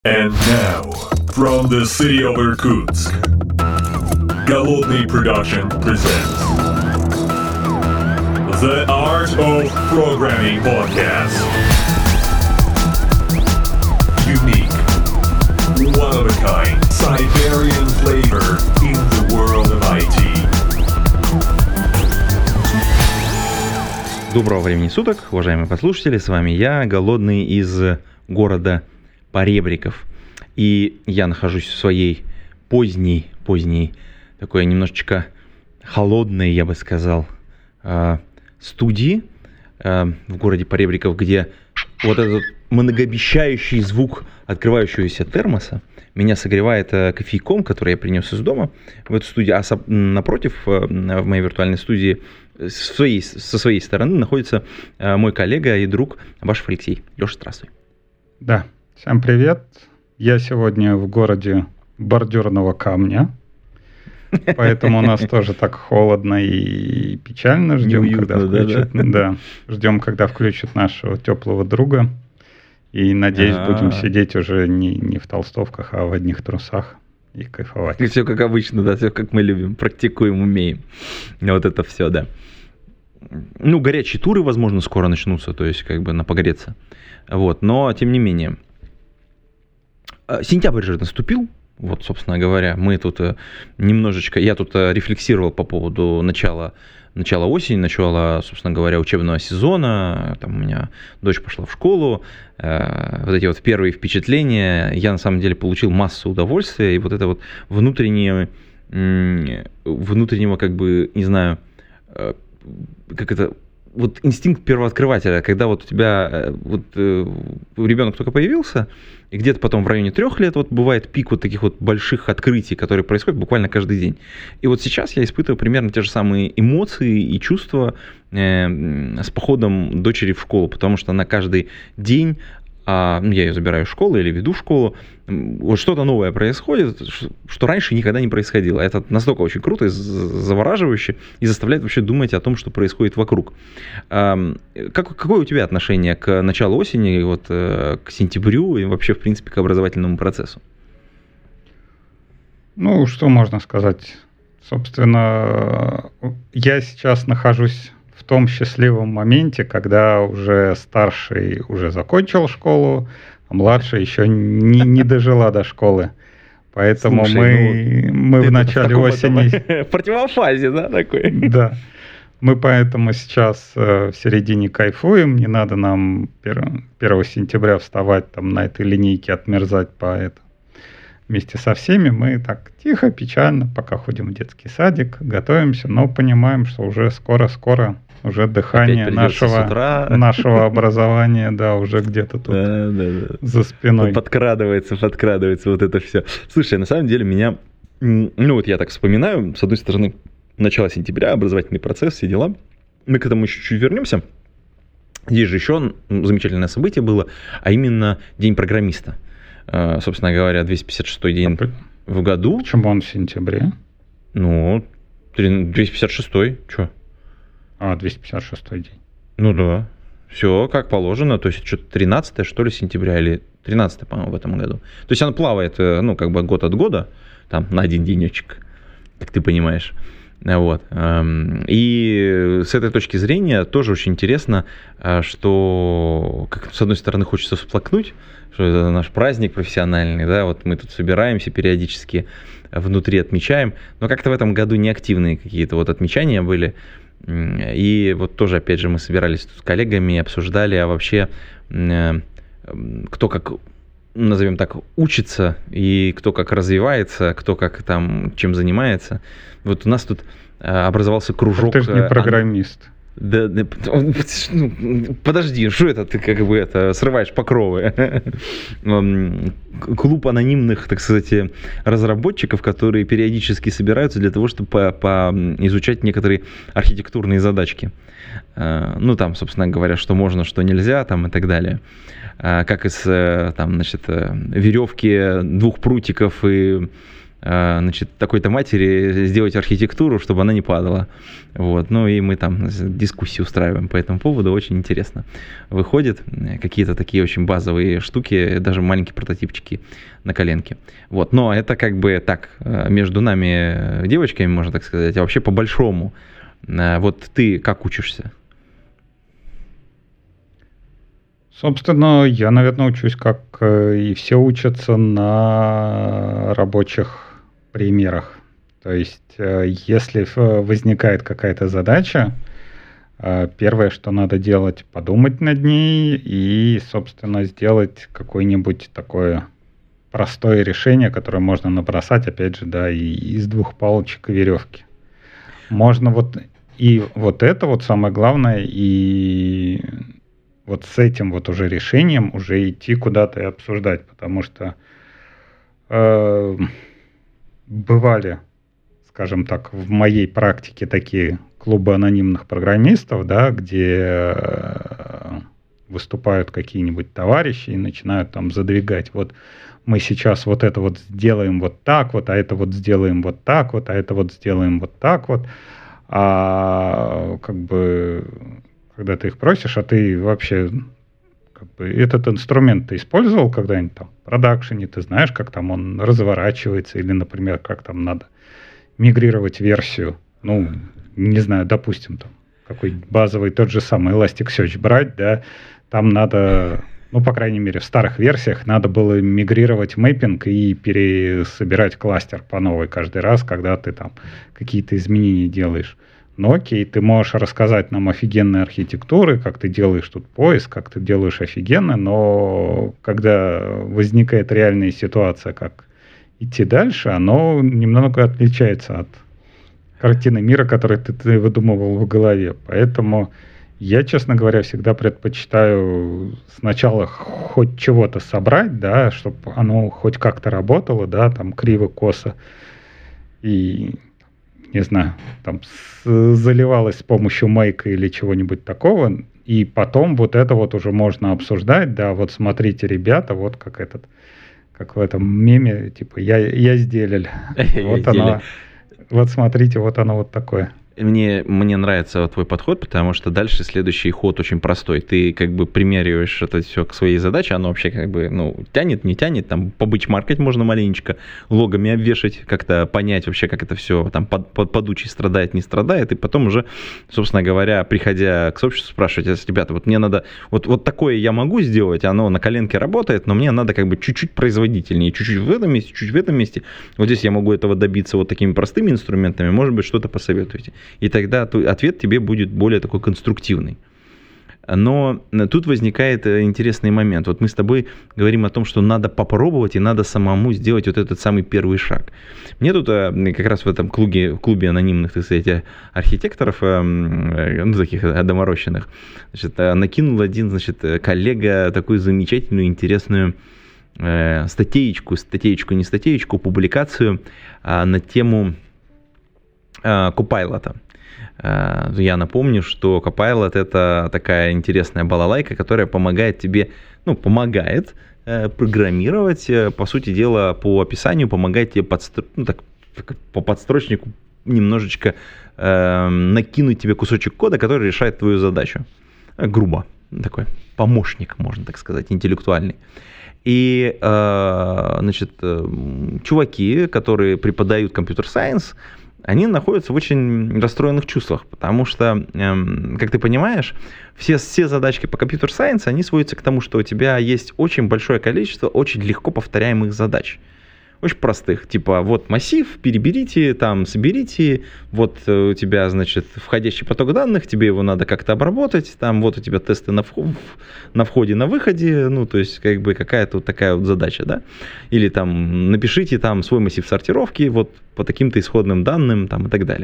And now, from the city of Irkutsk, Голодный Production presents The Art of Programming Podcast. Unique, one-of-a-kind, Siberian flavor in the world of IT. Доброго времени суток, уважаемые послушатели, с вами я, Голодный из города Поребриков. И я нахожусь в своей поздней, такой немножечко холодной, я бы сказал, студии в городе Поребриков, где вот этот многообещающий звук открывающегося термоса меня согревает кофейком, который я принес из дома в эту студию, а напротив, в моей виртуальной студии, со своей стороны находится мой коллега и друг Башев Алексей. Леша, здравствуй. Да, всем привет. Я сегодня в городе бордюрного камня, поэтому у нас тоже так холодно и печально. Ждем, когда включат. Да, ждем, когда включат нашего теплого друга. И, надеюсь, будем сидеть уже не в толстовках, а в одних трусах и кайфовать. И все как обычно, да, все как мы любим, практикуем, умеем. Вот это все, да. Ну, горячие туры, возможно, скоро начнутся, то есть как бы на погреться. Вот, но тем не менее. Сентябрь же наступил, вот, собственно говоря, мы тут немножечко, я тут рефлексировал по поводу начала осени, начала, собственно говоря, учебного сезона, там у меня дочь пошла в школу, вот эти вот первые впечатления, я на самом деле получил массу удовольствия, и вот это вот внутреннего, как бы, не знаю, как это, вот инстинкт первооткрывателя, когда вот у тебя вот ребенок только появился, и где-то потом в районе 3 лет вот бывает пик вот таких вот больших открытий, которые происходят буквально каждый день. И вот сейчас я испытываю примерно те же самые эмоции и чувства с походом дочери в школу, потому что на каждый день я ее забираю в школу или веду в школу, вот что-то новое происходит, что раньше никогда не происходило. Это настолько очень круто и завораживающе, и заставляет вообще думать о том, что происходит вокруг. Какое у тебя отношение к началу осени, вот, к сентябрю и вообще, в принципе, к образовательному процессу? Ну, что можно сказать? Собственно, я сейчас нахожусь в том счастливом моменте, когда уже старший уже закончил школу, а младшая еще не дожила до школы. Поэтому мы в начале осени... В противофазе, да, такой? Да. Мы поэтому сейчас в середине кайфуем. Не надо нам 1 сентября вставать там на этой линейке, отмерзать вместе со всеми. Мы так тихо, печально, пока ходим в детский садик, готовимся, но понимаем, что уже скоро уже дыхание нашего образования, да, уже где-то тут за спиной. Подкрадывается вот это все. Слушай, на самом деле меня, вот я так вспоминаю, с одной стороны, начало сентября, образовательный процесс, все дела. Мы к этому еще чуть вернемся. Здесь же еще замечательное событие было, а именно День программиста. Собственно говоря, 256-й день в году. Почему он в сентябре? 256-й, что? 256-й день. Ну да, все как положено, то есть что-то 13 что ли сентября или 13 по-моему, в этом году. То есть оно плавает, как бы год от года, там на один денечек, как ты понимаешь. Вот. И с этой точки зрения тоже очень интересно, что, как, с одной стороны, хочется всплакнуть, что это наш праздник профессиональный, да, вот мы тут собираемся периодически, внутри отмечаем, но как-то в этом году неактивные какие-то вот отмечания были. И вот тоже, опять же, мы собирались тут с коллегами, обсуждали, а вообще кто как, назовем так, учится, и кто как развивается, кто как там чем занимается. Вот у нас тут образовался кружок... Ты же не программист. Да, подожди, что это ты как бы срываешь покровы? Клуб анонимных, так сказать, разработчиков, которые периодически собираются для того, чтобы изучать некоторые архитектурные задачки. Ну, там, собственно говоря, что можно, что нельзя, там и так далее. Как из, там, значит, веревки 2 прутиков и значит, такой-то матери сделать архитектуру, чтобы она не падала. Вот. Ну и мы там дискуссии устраиваем по этому поводу, очень интересно. Выходят какие-то такие очень базовые штуки, даже маленькие прототипчики на коленке. Вот. Но это как бы так, между нами девочками, можно так сказать, а вообще по-большому. Вот ты как учишься? Собственно, я, наверное, учусь, как и все учатся, на рабочих примерах. То есть, если возникает какая-то задача, первое, что надо делать, подумать над ней и, собственно, сделать какое-нибудь такое простое решение, которое можно набросать, опять же, да, и из двух палочек и веревки. Можно вот и вот это вот самое главное, и вот с этим вот уже решением уже идти куда-то и обсуждать, потому что бывали, скажем так, в моей практике такие клубы анонимных программистов, да, где выступают какие-нибудь товарищи и начинают там задвигать. Вот мы сейчас вот это вот сделаем вот так вот, а это вот сделаем вот так вот, а это вот сделаем вот так вот. А как бы, когда ты их просишь, а ты вообще как бы этот инструмент ты использовал когда-нибудь там в продакшене, ты знаешь, как там он разворачивается, или, например, как там надо мигрировать версию, ну, не знаю, допустим, там какой-нибудь базовый тот же самый Elasticsearch брать, да, там надо, ну, по крайней мере, в старых версиях надо было мигрировать мэппинг и пересобирать кластер по новой каждый раз, когда ты там какие-то изменения делаешь. Ну окей, ты можешь рассказать нам офигенные архитектуры, как ты делаешь тут поиск, как ты делаешь офигенно, но когда возникает реальная ситуация, как идти дальше, оно немного отличается от картины мира, которую ты выдумывал в голове. Поэтому я, честно говоря, всегда предпочитаю сначала хоть чего-то собрать, да, чтобы оно хоть как-то работало, да, там криво-косо, и, не знаю, там заливалось с помощью мейка или чего-нибудь такого, и потом вот это вот уже можно обсуждать, да, вот смотрите, ребята, вот как в этом меме, типа, я сделал, вот оно, вот смотрите, вот оно вот такое. Мне нравится твой подход, потому что дальше следующий ход очень простой. Ты как бы примериваешь это все к своей задаче, оно вообще как бы, ну, тянет, не тянет, там побычмаркать можно маленечко, логами обвешать, как-то понять вообще, как это все там подучий страдает, не страдает, и потом уже, собственно говоря, приходя к сообществу, спрашивать, ребята, вот мне надо, вот такое я могу сделать, оно на коленке работает, но мне надо как бы чуть-чуть производительнее, чуть-чуть в этом месте, чуть-чуть в этом месте, вот здесь я могу этого добиться вот такими простыми инструментами, может быть, что-то посоветуете. И тогда ответ тебе будет более такой конструктивный. Но тут возникает интересный момент. Вот мы с тобой говорим о том, что надо попробовать и надо самому сделать вот этот самый первый шаг. Мне тут как раз в этом клубе анонимных, так сказать, архитекторов, ну, таких доморощенных, значит, накинул один, значит, коллега такую замечательную, интересную статейку, публикацию на тему Copilot. Я напомню, что Copilot — это такая интересная балалайка, которая помогает тебе, ну, помогает программировать, по сути дела, по описанию, помогает тебе по подстрочнику немножечко накинуть тебе кусочек кода, который решает твою задачу. Грубо. Такой помощник, можно так сказать, интеллектуальный. И, значит, чуваки, которые преподают компьютер-сайенс, они находятся в очень расстроенных чувствах, потому что, как ты понимаешь, все задачки по компьютер-сайенс, они сводятся к тому, что у тебя есть очень большое количество очень легко повторяемых задач. Очень простых, типа вот массив, переберите, там соберите, вот у тебя, значит, входящий поток данных, тебе его надо как-то обработать, там вот у тебя тесты на входе, на выходе, ну, то есть как бы какая-то вот такая вот задача, да, или там напишите там свой массив сортировки вот по таким-то исходным данным там и так далее.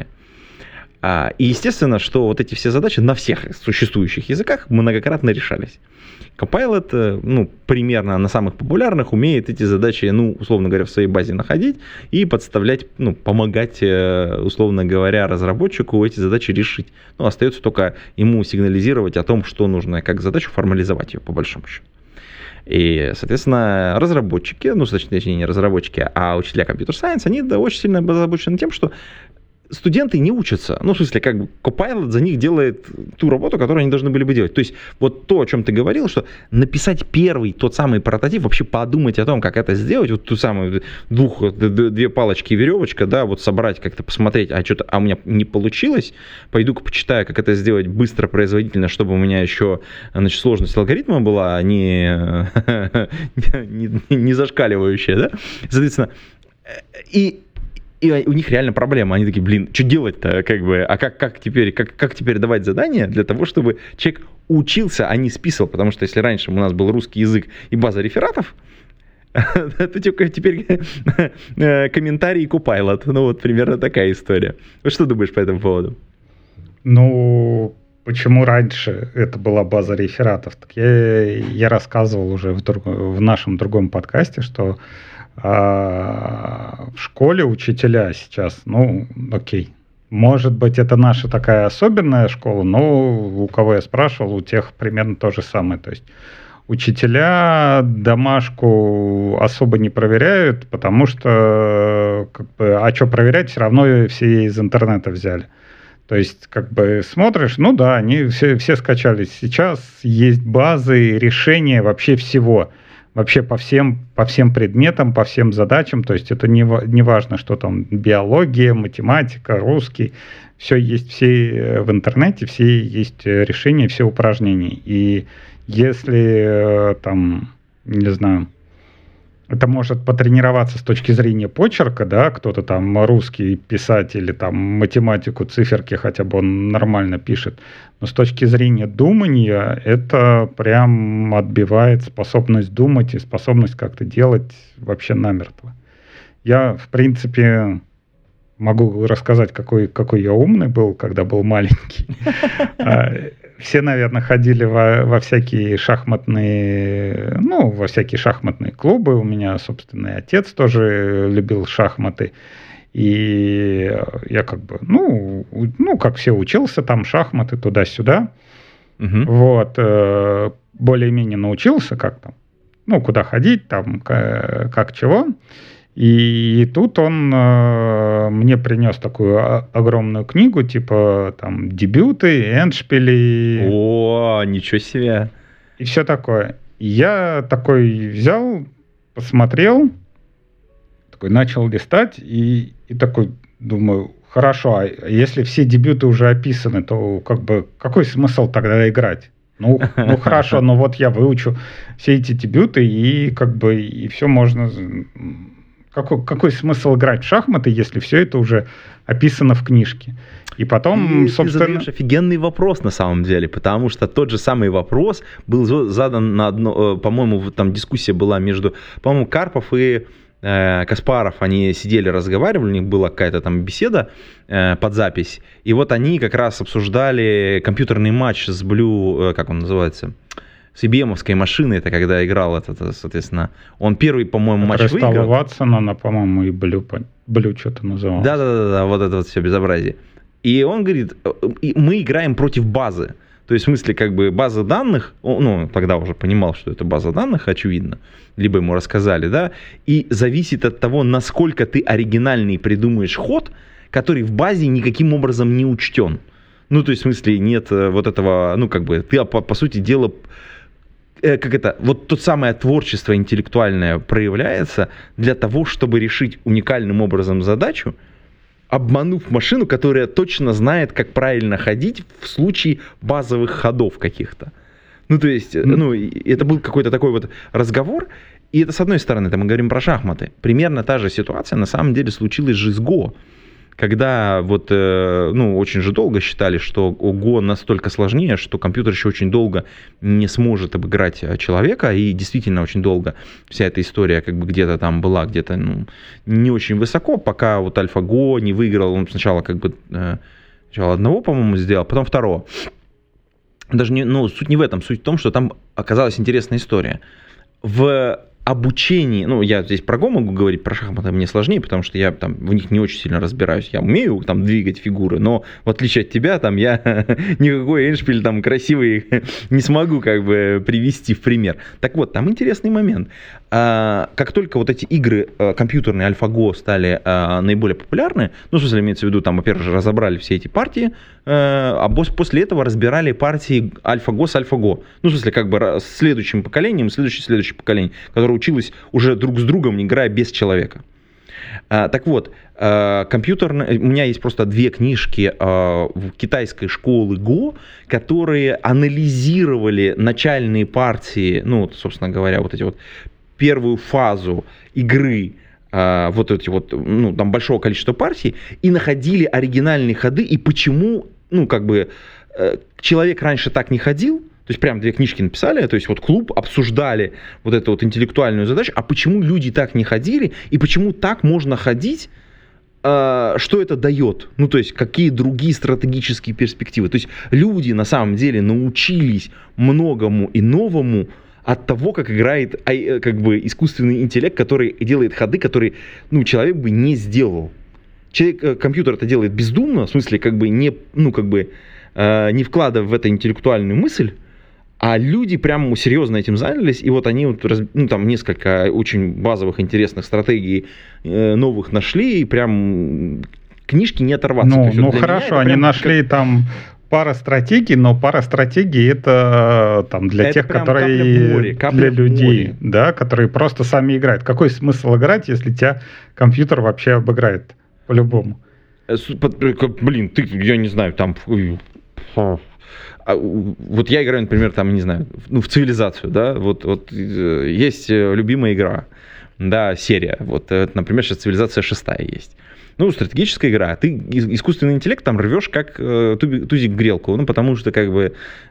И естественно, что вот эти все задачи на всех существующих языках многократно решались. Copilot, ну, примерно на самых популярных умеет эти задачи, ну, условно говоря, в своей базе находить и подставлять, ну, помогать, условно говоря, разработчику эти задачи решить. Ну, остается только ему сигнализировать о том, что нужно, как задачу формализовать ее, по большому счету. И, соответственно, разработчики, ну, точнее, не разработчики, а учителя компьютер-сайенс, они очень сильно озабочены тем, что студенты не учатся. Ну, в смысле, как бы Copilot за них делает ту работу, которую они должны были бы делать. То есть вот то, о чем ты говорил, что написать первый, тот самый прототип, вообще подумать о том, как это сделать, вот ту самую две палочки и веревочка, да, вот собрать, как-то посмотреть, у меня не получилось, пойду-ка почитаю, как это сделать быстро, производительно, чтобы у меня еще, значит, сложность алгоритма была не зашкаливающая, да, соответственно, и у них реально проблема. Они такие, блин, что делать-то, как бы, а как теперь давать задания для того, чтобы человек учился, а не списывал? Потому что если раньше у нас был русский язык и база рефератов, то теперь комментарий и Copilot. Ну вот примерно такая история. Что думаешь по этому поводу? Ну, почему раньше это была база рефератов? Так я рассказывал уже в нашем другом подкасте, что в школе учителя сейчас, ну, окей, может быть, это наша такая особенная школа, но у кого я спрашивал, у тех примерно то же самое. То есть учителя домашку особо не проверяют, потому что, как бы, а что проверять, все равно все из интернета взяли. То есть, как бы, смотришь, ну да, они все скачались. Сейчас есть базы, решения вообще всего. Вообще по всем предметам, по всем задачам, то есть это не важно, что там биология, математика, русский, все есть все в интернете, все есть решения, все упражнения. И если там, не знаю, это может потренироваться с точки зрения почерка, да, кто-то там русский писать или там математику, циферки, хотя бы он нормально пишет, но с точки зрения думания это прям отбивает способность думать и способность как-то делать вообще намертво. Я, в принципе, могу рассказать, какой я умный был, когда был маленький. Все, наверное, ходили во всякие шахматные, ну, во всякие шахматные клубы. У меня, собственно, и отец тоже любил шахматы. И я как бы, ну, как все, учился там шахматы туда-сюда. Угу. Вот. Более-менее научился как-то. Ну, куда ходить, там, как чего. И тут он мне принес такую огромную книгу, типа там дебюты, эндшпили. О, ничего себе! И все такое. Я такой взял, посмотрел, такой начал листать и такой думаю, хорошо, а если все дебюты уже описаны, то как бы какой смысл тогда играть? Ну хорошо, но вот я выучу все эти дебюты и как бы и все можно. Какой смысл играть в шахматы, если все это уже описано в книжке? И потом, собственно... Ты задаешь офигенный вопрос на самом деле, потому что тот же самый вопрос был задан на одно... По-моему, там дискуссия была между... По-моему, Карпов и Каспаров, они сидели, разговаривали, у них была какая-то там беседа под запись, и вот они как раз обсуждали компьютерный матч с Blue... Как он называется? С IBM-овской машиной, это когда играл этот, соответственно, он первый, по-моему, матч выиграл. Кристалл Ватсон, она, по-моему, и Blue что-то называлась. Да, вот это вот все безобразие. И он говорит, мы играем против базы. То есть, в смысле, как бы база данных, ну, тогда уже понимал, что это база данных, очевидно, либо ему рассказали, да, и зависит от того, насколько ты оригинальный придумаешь ход, который в базе никаким образом не учтен. Ну, то есть, в смысле, нет вот этого, ну, как бы, ты, по сути дела... Как это, вот то самое творчество интеллектуальное проявляется для того, чтобы решить уникальным образом задачу, обманув машину, которая точно знает, как правильно ходить в случае базовых ходов каких-то. Ну, то есть, ну, это был какой-то такой вот разговор, и это с одной стороны, это мы говорим про шахматы. Примерно та же ситуация на самом деле случилась же с Го. Когда вот, ну, очень же долго считали, что Го настолько сложнее, что компьютер еще очень долго не сможет обыграть человека, и действительно очень долго вся эта история как бы где-то там была, где-то, ну, не очень высоко, пока вот AlphaGo не выиграл, он сначала как бы, сначала одного, по-моему, сделал, потом второго. Даже не, ну, суть не в этом, суть в том, что там оказалась интересная история. В обучение, ну, я здесь про Го могу говорить, про шахматы мне сложнее, потому что я там в них не очень сильно разбираюсь. Я умею там двигать фигуры, но в отличие от тебя, там я никакой эндшпиль там красивый не смогу как бы привести в пример. Так вот, там интересный момент. Как только вот эти игры компьютерные AlphaGo стали наиболее популярны, ну, в смысле, имеется в виду, там, во-первых, разобрали все эти партии, а после этого разбирали партии AlphaGo с AlphaGo. Ну, в смысле, как бы с следующим поколением, следующее поколение, которое училось уже друг с другом, играя без человека. Так вот, у меня есть просто 2 книжки китайской школы Го, которые анализировали начальные партии, ну, собственно говоря, вот эти вот первую фазу игры, вот эти вот, ну, там большого количества партий, и находили оригинальные ходы, и почему, ну, как бы, человек раньше так не ходил, то есть прям 2 книжки написали, то есть вот клуб, обсуждали вот эту вот интеллектуальную задачу, а почему люди так не ходили, и почему так можно ходить, что это дает, ну, то есть какие другие стратегические перспективы. То есть люди на самом деле научились многому и новому от того, как играет как бы искусственный интеллект, который делает ходы, которые, ну, человек бы не сделал. Компьютер это делает бездумно, в смысле, как бы не, ну, как бы не вкладывая в это интеллектуальную мысль, а люди прям серьезно этим занялись, и вот они вот, ну, там несколько очень базовых интересных стратегий новых нашли, и прям книжки не оторваться. Ну, есть, ну хорошо, они нашли там пара стратегий, но пара стратегий это там для тех, которые для людей, да, которые просто сами играют. Какой смысл играть, если тебя компьютер вообще обыграет по-любому? Блин, я не знаю, там... Вот я играю, например, там, не знаю, ну, в цивилизацию, да, вот есть любимая игра, да, серия, вот, например, сейчас цивилизация 6 есть. Ну, стратегическая игра, ты искусственный интеллект там рвешь как тузик грелку, ну, потому что, как бы,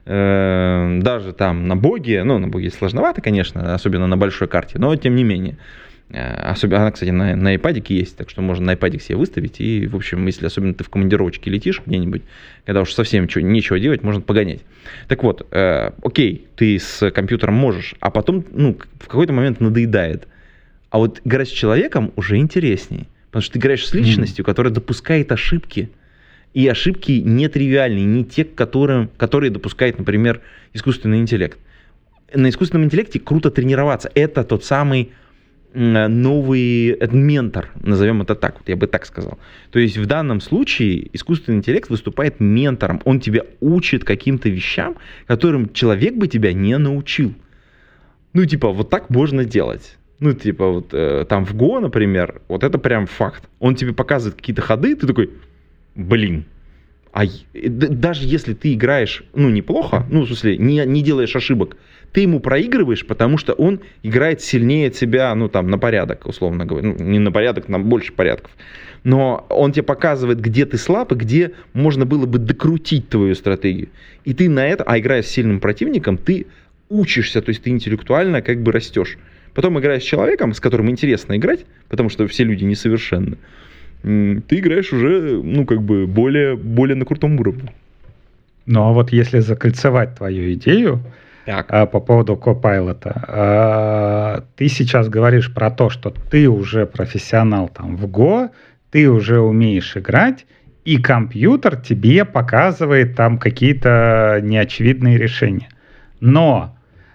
даже там на боге, ну, на боге сложновато, конечно, особенно на большой карте, но тем не менее. Особенно, она, кстати, на iPad'ике есть, так что можно на iPad'ик себе выставить, и, в общем, если особенно ты в командировочке летишь где-нибудь, когда уж совсем нечего делать, можно погонять. Так вот, окей, ты с компьютером можешь, а потом, ну, в какой-то момент надоедает. А вот играть с человеком уже интереснее, потому что ты играешь с личностью, которая допускает ошибки, и ошибки нетривиальные, не те, которые допускает, например, искусственный интеллект. На искусственном интеллекте круто тренироваться, это тот самый новый ментор, назовем это так, вот я бы так сказал. То есть в данном случае искусственный интеллект выступает ментором, он тебя учит каким-то вещам, которым человек бы тебя не научил. Ну, типа, вот так можно делать. Ну, типа, вот там в Go, например, вот это прям факт. Он тебе показывает какие-то ходы, ты такой, блин. А даже если ты играешь, ну, неплохо, ну, в смысле, не делаешь ошибок, ты ему проигрываешь, потому что он играет сильнее тебя, ну, там, на порядок, условно говоря. Ну, не на порядок, на больше порядков. Но он тебе показывает, где ты слаб, и где можно было бы докрутить твою стратегию. И ты на это, а играя с сильным противником, ты учишься, то есть ты интеллектуально как бы растешь. Потом играешь с человеком, с которым интересно играть, потому что все люди несовершенны, ты играешь уже, ну, как бы более на крутом уровне. Ну, а вот если закольцевать твою идею по поводу Copilot, ты сейчас говоришь про то, что ты уже профессионал там в Go, ты уже умеешь играть, и компьютер тебе показывает там какие-то неочевидные решения. Но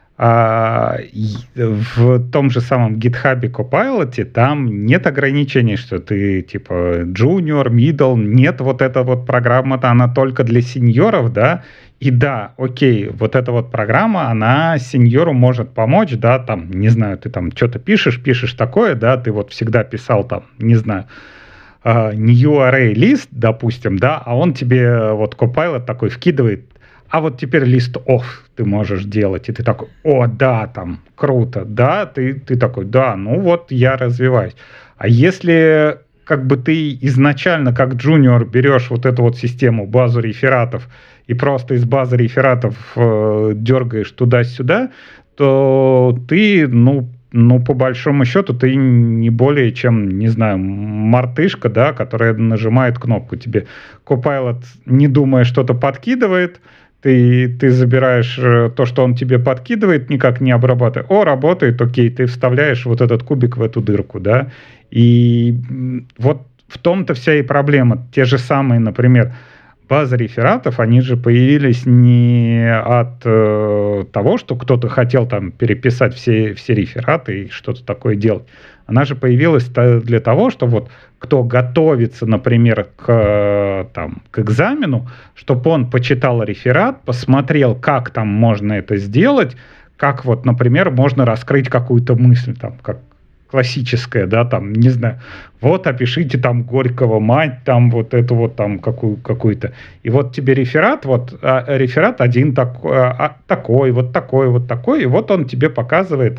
в том же самом GitHub Copilot там нет ограничений, что ты типа junior, middle, нет, вот эта вот программа-то, она только для сеньоров, да, и да, окей, вот эта вот программа, она сеньору может помочь, да, там, не знаю, ты там что-то пишешь такое, да, ты вот всегда писал там, не знаю, new array list, допустим, да, а он тебе вот Copilot такой вкидывает, а вот теперь list off ты можешь делать. И ты такой, о, да, там, круто, да, ты такой, да, ну вот я развиваюсь. А если как бы ты изначально как джуниор берешь вот эту вот систему, базу рефератов, и просто из базы рефератов дергаешь туда-сюда, то ты, ну, по большому счету, ты не более чем, не знаю, мартышка, да, которая нажимает кнопку. Тебе Copilot, не думая, что-то подкидывает, ты забираешь то, что он тебе подкидывает, никак не обрабатывая. Работает, окей, ты вставляешь вот этот кубик в эту дырку, да. И вот в том-то вся и проблема. Те же самые, например, базы рефератов, они же появились не от того, что кто-то хотел там переписать все рефераты и что-то такое делать. Она же появилась для того, что вот кто готовится, например, к экзамену, чтобы он почитал реферат, посмотрел, как там можно это сделать, как вот, например, можно раскрыть какую-то мысль, там, как классическая, да, там, не знаю, вот опишите там Горького мать, там вот эту вот там какую-то. И вот тебе реферат, реферат один такой, вот такой, вот такой, и вот он тебе показывает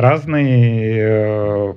разные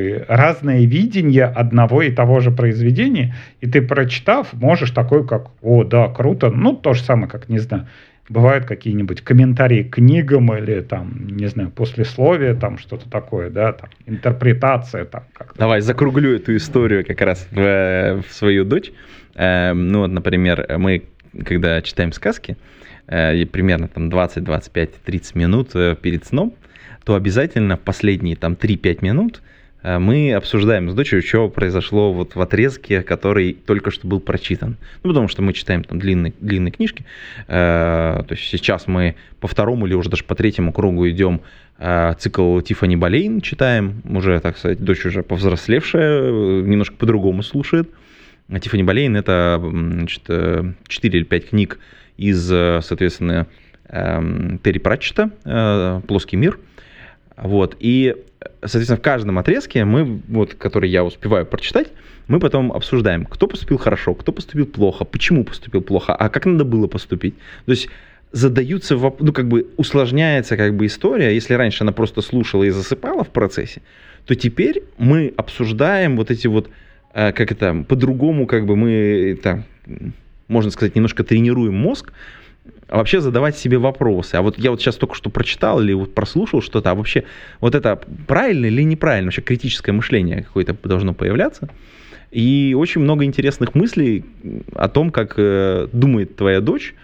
видения одного и того же произведения, и ты, прочитав, можешь такой, как, да, круто, ну, то же самое, как, не знаю, бывают какие-нибудь комментарии к книгам или там, не знаю, послесловие, там что-то такое, да, там, интерпретация там как-то. Давай закруглю эту историю как раз в свою дочь. Ну вот, например, мы, когда читаем сказки, примерно там 20, 25, 30 минут перед сном, то обязательно в последние там 3-5 минут мы обсуждаем с дочерью, что произошло вот в отрезке, который только что был прочитан. Ну, потому что мы читаем там длинные книжки. То есть сейчас мы по второму или уже даже по третьему кругу идем цикл Тиффани Болейн читаем. Уже, так сказать, дочь уже повзрослевшая, немножко по-другому слушает. Тиффани Болейн — это, значит, 4 или 5 книг из, соответственно, Терри Пратчетта «Плоский мир». Вот, и, соответственно, в каждом отрезке мы, вот, который я успеваю прочитать, мы потом обсуждаем, кто поступил хорошо, кто поступил плохо, почему поступил плохо, а как надо было поступить. То есть задаются, ну, как бы усложняется как бы история. Если раньше она просто слушала и засыпала в процессе, то теперь мы обсуждаем вот эти вот, как это, по-другому, как бы мы, там, можно сказать, немножко тренируем мозг, а вообще задавать себе вопросы. А вот я вот сейчас только что прочитал или вот прослушал что-то, а вообще вот это правильно или неправильно? Вообще критическое мышление какое-то должно появляться. И очень много интересных мыслей о том, как думает твоя дочь,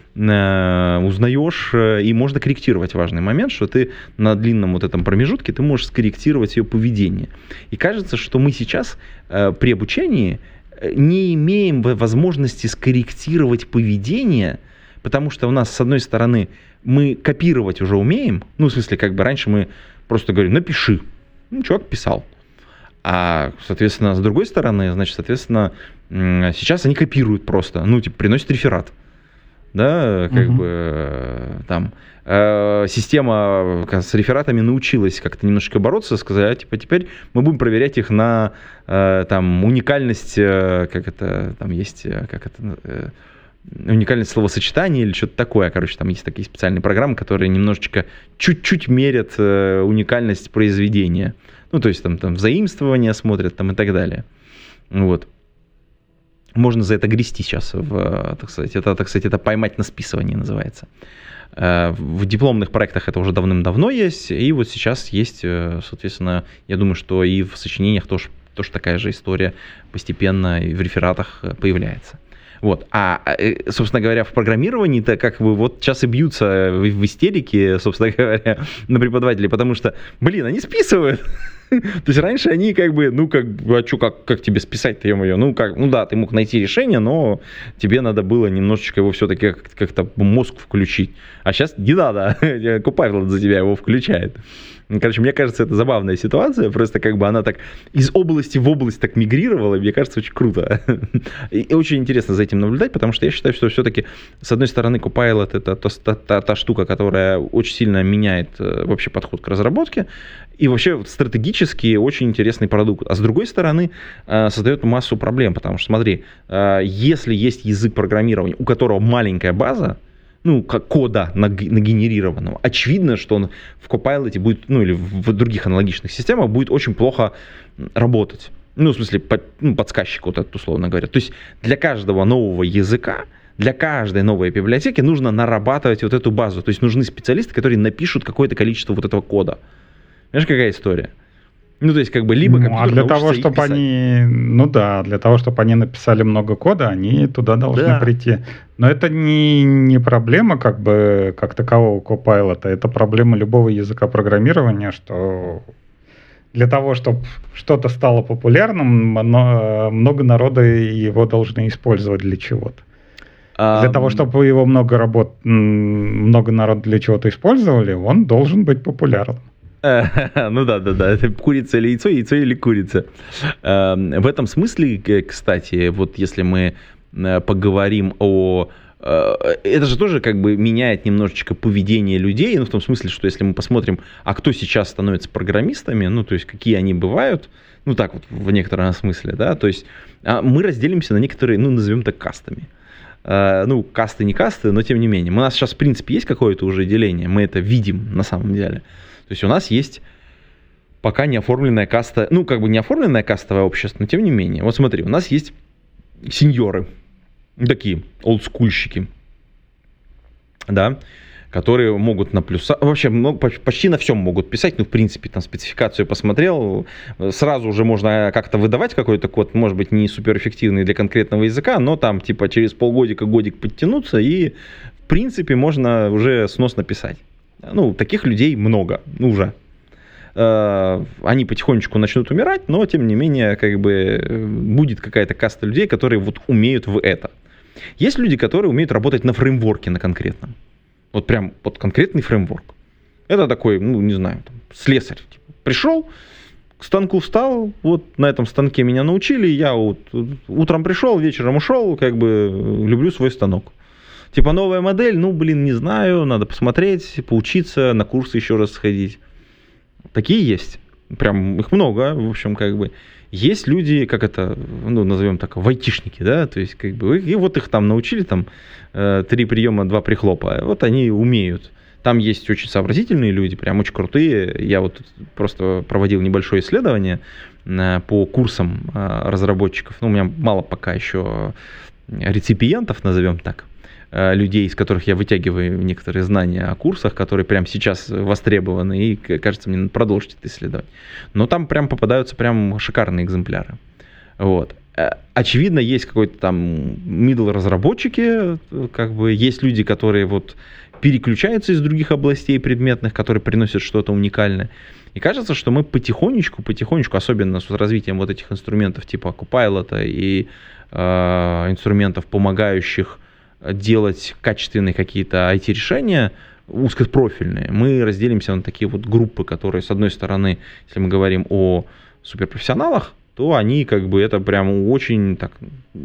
узнаешь, и можно корректировать важный момент, что ты на длинном вот этом промежутке ты можешь скорректировать ее поведение. И кажется, что мы сейчас при обучении не имеем возможности скорректировать поведение, потому что у нас, с одной стороны, мы копировать уже умеем. Ну, в смысле, как бы раньше мы просто говорим, напиши. Ну, чувак писал. А, соответственно, с другой стороны, значит, соответственно, сейчас они копируют просто. Ну, типа, приносят реферат. Да, как бы там система с рефератами научилась как-то немножко бороться, сказать, типа, теперь мы будем проверять их на там уникальность, как это там есть, как это... уникальность словосочетания или что-то такое. Короче, там есть такие специальные программы, которые немножечко чуть-чуть мерят уникальность произведения. Ну, то есть там заимствования смотрят там и так далее. Вот. Можно за это грести сейчас, так сказать. Это поймать на списывании называется. В дипломных проектах это уже давным-давно есть, и вот сейчас есть, соответственно, я думаю, что и в сочинениях тоже такая же история постепенно и в рефератах появляется. Вот. А, собственно говоря, в программировании-то как бы вот сейчас и бьются в истерике, собственно говоря, на преподавателей, потому что, они списывают. То есть раньше они как бы, а что, как тебе списать-то, ё-моё? Ну да, ты мог найти решение, но тебе надо было немножечко его все-таки как-то мозг включить. А сейчас не надо, Copilot за тебя его включает. Короче, мне кажется, это забавная ситуация, просто как бы она так из области в область так мигрировала, мне кажется, очень круто. И очень интересно за этим наблюдать, потому что я считаю, что все-таки, с одной стороны, Copilot — это та штука, которая очень сильно меняет вообще подход к разработке, и вообще стратегически очень интересный продукт. А с другой стороны, создает массу проблем, потому что, смотри, если есть язык программирования, у которого маленькая база, как кода нагенерированного, очевидно, что он в Copilot будет, или в других аналогичных системах будет очень плохо работать. В смысле, подсказчик вот этот, условно говоря. То есть для каждого нового языка, для каждой новой библиотеки нужно нарабатывать вот эту базу. То есть нужны специалисты, которые напишут какое-то количество вот этого кода. Понимаешь, какая история? Ну, то есть, как бы, либо компьютер для того, чтобы писать. для того, чтобы они написали много кода, они туда должны прийти. Но это не проблема, как бы, как такового Copilot, это проблема любого языка программирования, что для того, чтобы что-то стало популярным, много народа его должны использовать для чего-то. Для того, чтобы его много народ для чего-то использовали, он должен быть популярным. Ну да, это курица или яйцо, яйцо или курица. В этом смысле, кстати, вот если мы поговорим о... Это же тоже как бы меняет немножечко поведение людей, ну в том смысле, что если мы посмотрим, а кто сейчас становится программистами, ну то есть какие они бывают, ну так вот в некотором смысле, да, то есть мы разделимся на некоторые, ну назовем так кастами. Ну, касты не касты, но тем не менее. У нас сейчас, в принципе, есть какое-то уже деление, мы это видим на самом деле. То есть у нас есть пока не оформленная каста, ну, как бы не оформленное кастовое общество, но тем не менее. Вот смотри, у нас есть сеньоры, такие олдскульщики, да, которые могут на плюса, вообще почти на всем могут писать, ну, в принципе, там спецификацию посмотрел, сразу уже можно как-то выдавать какой-то код, может быть, не суперэффективный для конкретного языка, но там, типа, через полгодика, годик подтянуться, и, в принципе, можно уже сносно писать. Ну, таких людей много, ну, уже. Они потихонечку начнут умирать, но, тем не менее, как бы, будет какая-то каста людей, которые вот умеют в это. Есть люди, которые умеют работать на фреймворке на конкретном. Вот прям вот конкретный фреймворк. Это такой, ну, не знаю, там, слесарь. Типа, пришел, к станку встал, вот на этом станке меня научили, я вот утром пришел, вечером ушел, как бы люблю свой станок. Типа новая модель, ну, блин, не знаю, надо посмотреть, поучиться, на курсы еще раз сходить. Такие есть. Прям их много, в общем, как бы. Есть люди, как это, ну, назовем так, вайтишники, да, то есть, как бы, и вот их там научили, там, 3 приема, 2 прихлопа, вот они умеют. Там есть очень сообразительные люди, прям очень крутые. Я вот просто проводил небольшое исследование по курсам разработчиков. Ну, у меня мало пока еще реципиентов, назовем так, людей, из которых я вытягиваю некоторые знания о курсах, которые прямо сейчас востребованы, и, кажется, мне надо продолжить это исследовать. Но там прям попадаются прям шикарные экземпляры. Вот. Очевидно, есть какой-то там middle разработчики, как бы есть люди, которые вот переключаются из других областей предметных, которые приносят что-то уникальное. И кажется, что мы потихонечку, особенно с развитием вот этих инструментов типа Copilot и инструментов, помогающих делать качественные какие-то IT-решения, узкопрофильные, мы разделимся на такие вот группы, которые, с одной стороны, если мы говорим о суперпрофессионалах, то они как бы это прям очень так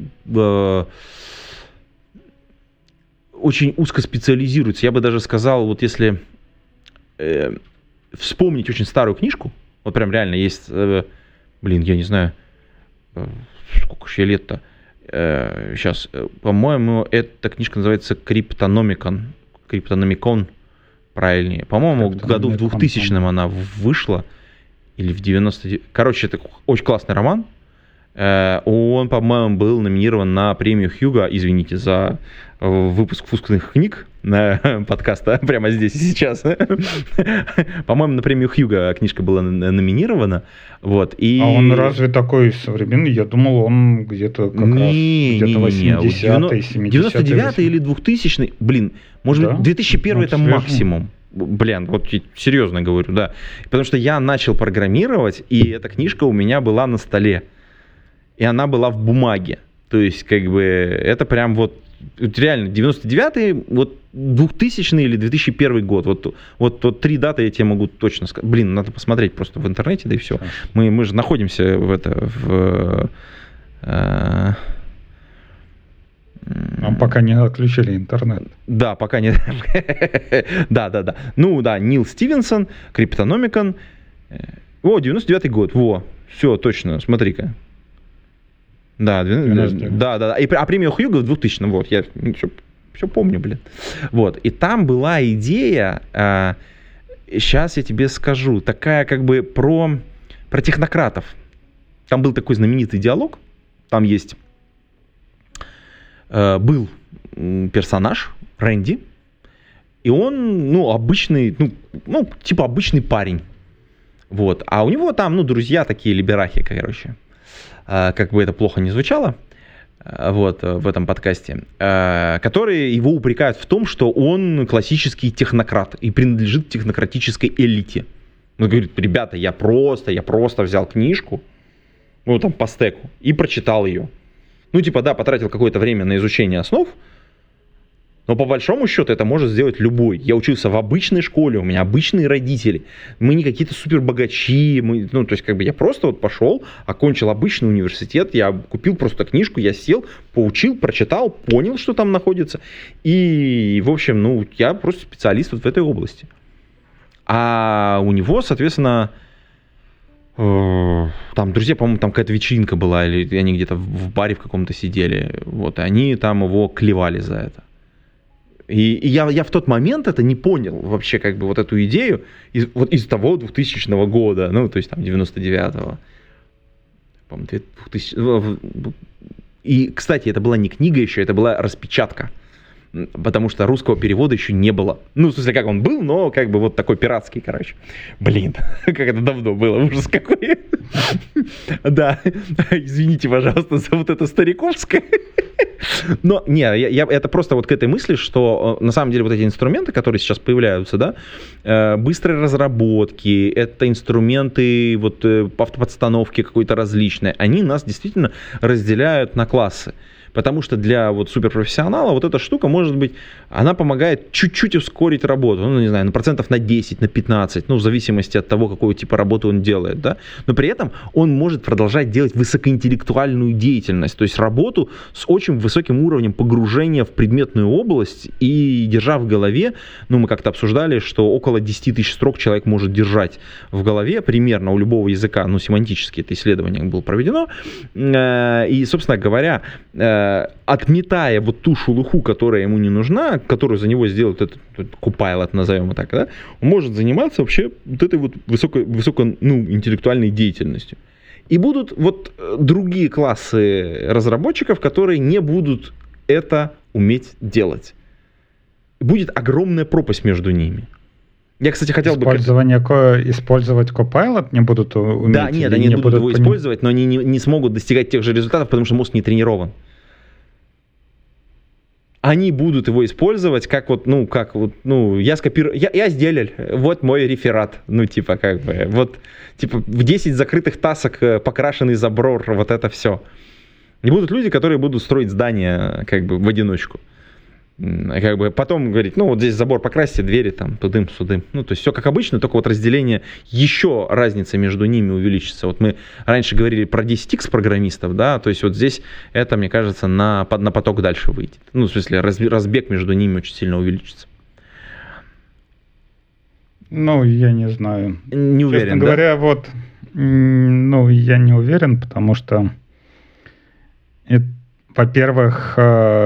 очень узко специализируются. Я бы даже сказал, вот если вспомнить очень старую книжку, вот прям реально есть, блин, я не знаю, сколько же я лет-то, сейчас, по-моему, эта книжка называется Криптономикон, правильнее. По-моему, году в 2000-м она вышла, или в 99-м. Короче, это очень классный роман. Он, по-моему, был номинирован на премию Хьюга, извините за выпуск вкусных книг на подкаста прямо здесь и сейчас. По-моему, на премию Хьюга книжка была номинирована. Вот, и... А он разве такой современный? Я думал, он где-то как раз где-то 80-е, 70-е. 99-й или 2000-й. Блин, может быть, 2001 это максимум. Блин, вот серьезно говорю, да. Потому что я начал программировать, и эта книжка у меня была на столе. И она была в бумаге. То есть, как бы, это прям вот реально 99-й, вот 2000 или 2001 год. Вот 3 даты я тебе могу точно сказать. Блин, надо посмотреть просто в интернете, да и все. Мы же находимся Нам пока не отключили интернет. Да, пока не... Да. Ну да, Нил Стивенсон, Криптономикон. О, 99-й год, во. Все, точно, смотри-ка. Да, да. А премия Хьюга в 2000-м, вот, я все помню, блин. Вот, и там была идея, сейчас я тебе скажу, такая как бы про технократов. Там был такой знаменитый диалог, там есть, был персонаж, Рэнди, и он, обычный, типа обычный парень. Вот. А у него там, друзья такие либерахи, короче. Как бы это плохо не звучало, вот, в этом подкасте, которые его упрекают в том, что он классический технократ и принадлежит технократической элите. Он говорит, ребята, я просто взял книжку, там по стеку, и прочитал ее. Потратил какое-то время на изучение основ, но по большому счету это может сделать любой. Я учился в обычной школе, у меня обычные родители, мы не какие-то супербогачи, я просто пошел, окончил обычный университет, я купил просто книжку, я сел, поучил, прочитал, понял, что там находится, и, в общем, я просто специалист в этой области. А у него, соответственно, там друзья, по-моему, там какая-то вечеринка была, или они где-то в баре в каком-то сидели, и они там его клевали за это. И я в тот момент это не понял вообще, эту идею из того 2000 года, то есть там 99-го, по-моему, 2000. И, кстати, это была не книга еще, это была распечатка. Потому что русского перевода еще не было. В смысле, как он был, но такой пиратский, короче. Блин, как это давно было, ужас какой. Да, извините, пожалуйста, за это стариковское. Но, это просто к этой мысли, что на самом деле эти инструменты, которые сейчас появляются, да, быстрые разработки, это инструменты автоподстановки какой-то различной, они нас действительно разделяют на классы. Потому что для суперпрофессионала эта штука, может быть, она помогает чуть-чуть ускорить работу, не знаю, на 10%, на 15%, в зависимости от того, какого типа работы он делает, да. Но при этом он может продолжать делать высокоинтеллектуальную деятельность, то есть работу с очень высоким уровнем погружения в предметную область и держа в голове, мы как-то обсуждали, что около 10 тысяч строк человек может держать в голове примерно у любого языка, семантически это исследование было проведено, и, собственно говоря, отметая ту шелуху, которая ему не нужна, которую за него сделает этот Copilot, назовем его так, да, он может заниматься вообще этой высокоинтеллектуальной деятельностью. И будут другие классы разработчиков, которые не будут это уметь делать. Будет огромная пропасть между ними. Я, кстати, хотел использовать Copilot не будут уметь? Да, нет, они будут его использовать, но они не смогут достигать тех же результатов, потому что мозг не тренирован. Они будут его использовать я скопирую, я сделал, вот мой реферат, в 10 закрытых тасок покрашенный забор, это все. И будут люди, которые будут строить здания в одиночку. Потом говорить, здесь забор покрасьте, двери тудым-сюдым. То есть все как обычно, только разделение, еще разница между ними увеличится. Мы раньше говорили про 10x программистов, да, то есть здесь это, мне кажется, на поток дальше выйдет. В смысле, разбег между ними очень сильно увеличится. Я не знаю. Не уверен, честно говоря, я не уверен, потому что во-первых,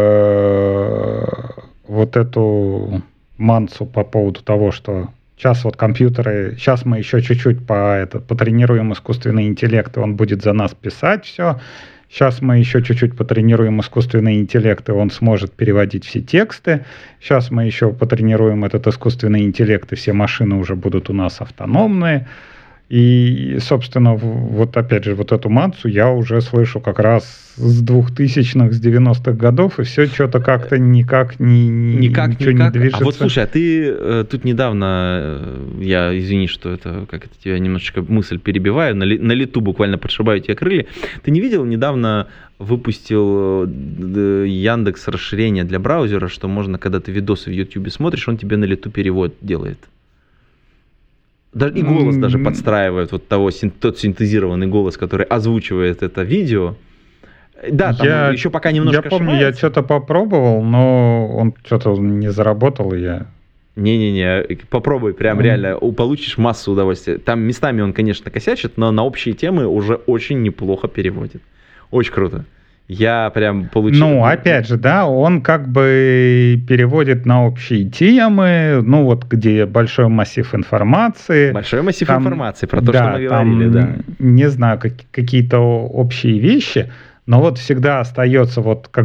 эту мансу по поводу того, что сейчас компьютеры, сейчас мы еще чуть-чуть потренируем искусственный интеллект, и он будет за нас писать все. Сейчас мы еще чуть-чуть потренируем искусственный интеллект, и он сможет переводить все тексты. Сейчас мы еще потренируем этот искусственный интеллект, и все машины уже будут у нас автономные. И, собственно, опять же, эту мансу я уже слышу как раз с 2000-х, с 90-х годов, и все что-то как-то никак не движется. А слушай, а ты тут недавно, я извини, что тебя немножечко мысль перебиваю, на лету буквально подшибаю тебе крылья. Ты не видел, недавно выпустил Яндекс расширение для браузера, что можно, когда ты видосы в YouTube смотришь, он тебе на лету перевод делает. И голос даже подстраивает, тот синтезированный голос, который озвучивает это видео. Да, там еще пока немножко я помню, я что-то попробовал, но он что-то не заработал, и я... Не-не-не, попробуй, прям реально, получишь массу удовольствия. Там местами он, конечно, косячит, но на общие темы уже очень неплохо переводит. Очень круто. Я прям получил... опять же, да, он переводит на общие темы, где большой массив информации. Большой массив информации, про то, что мы говорили, да. Не знаю, какие-то общие вещи, но всегда остается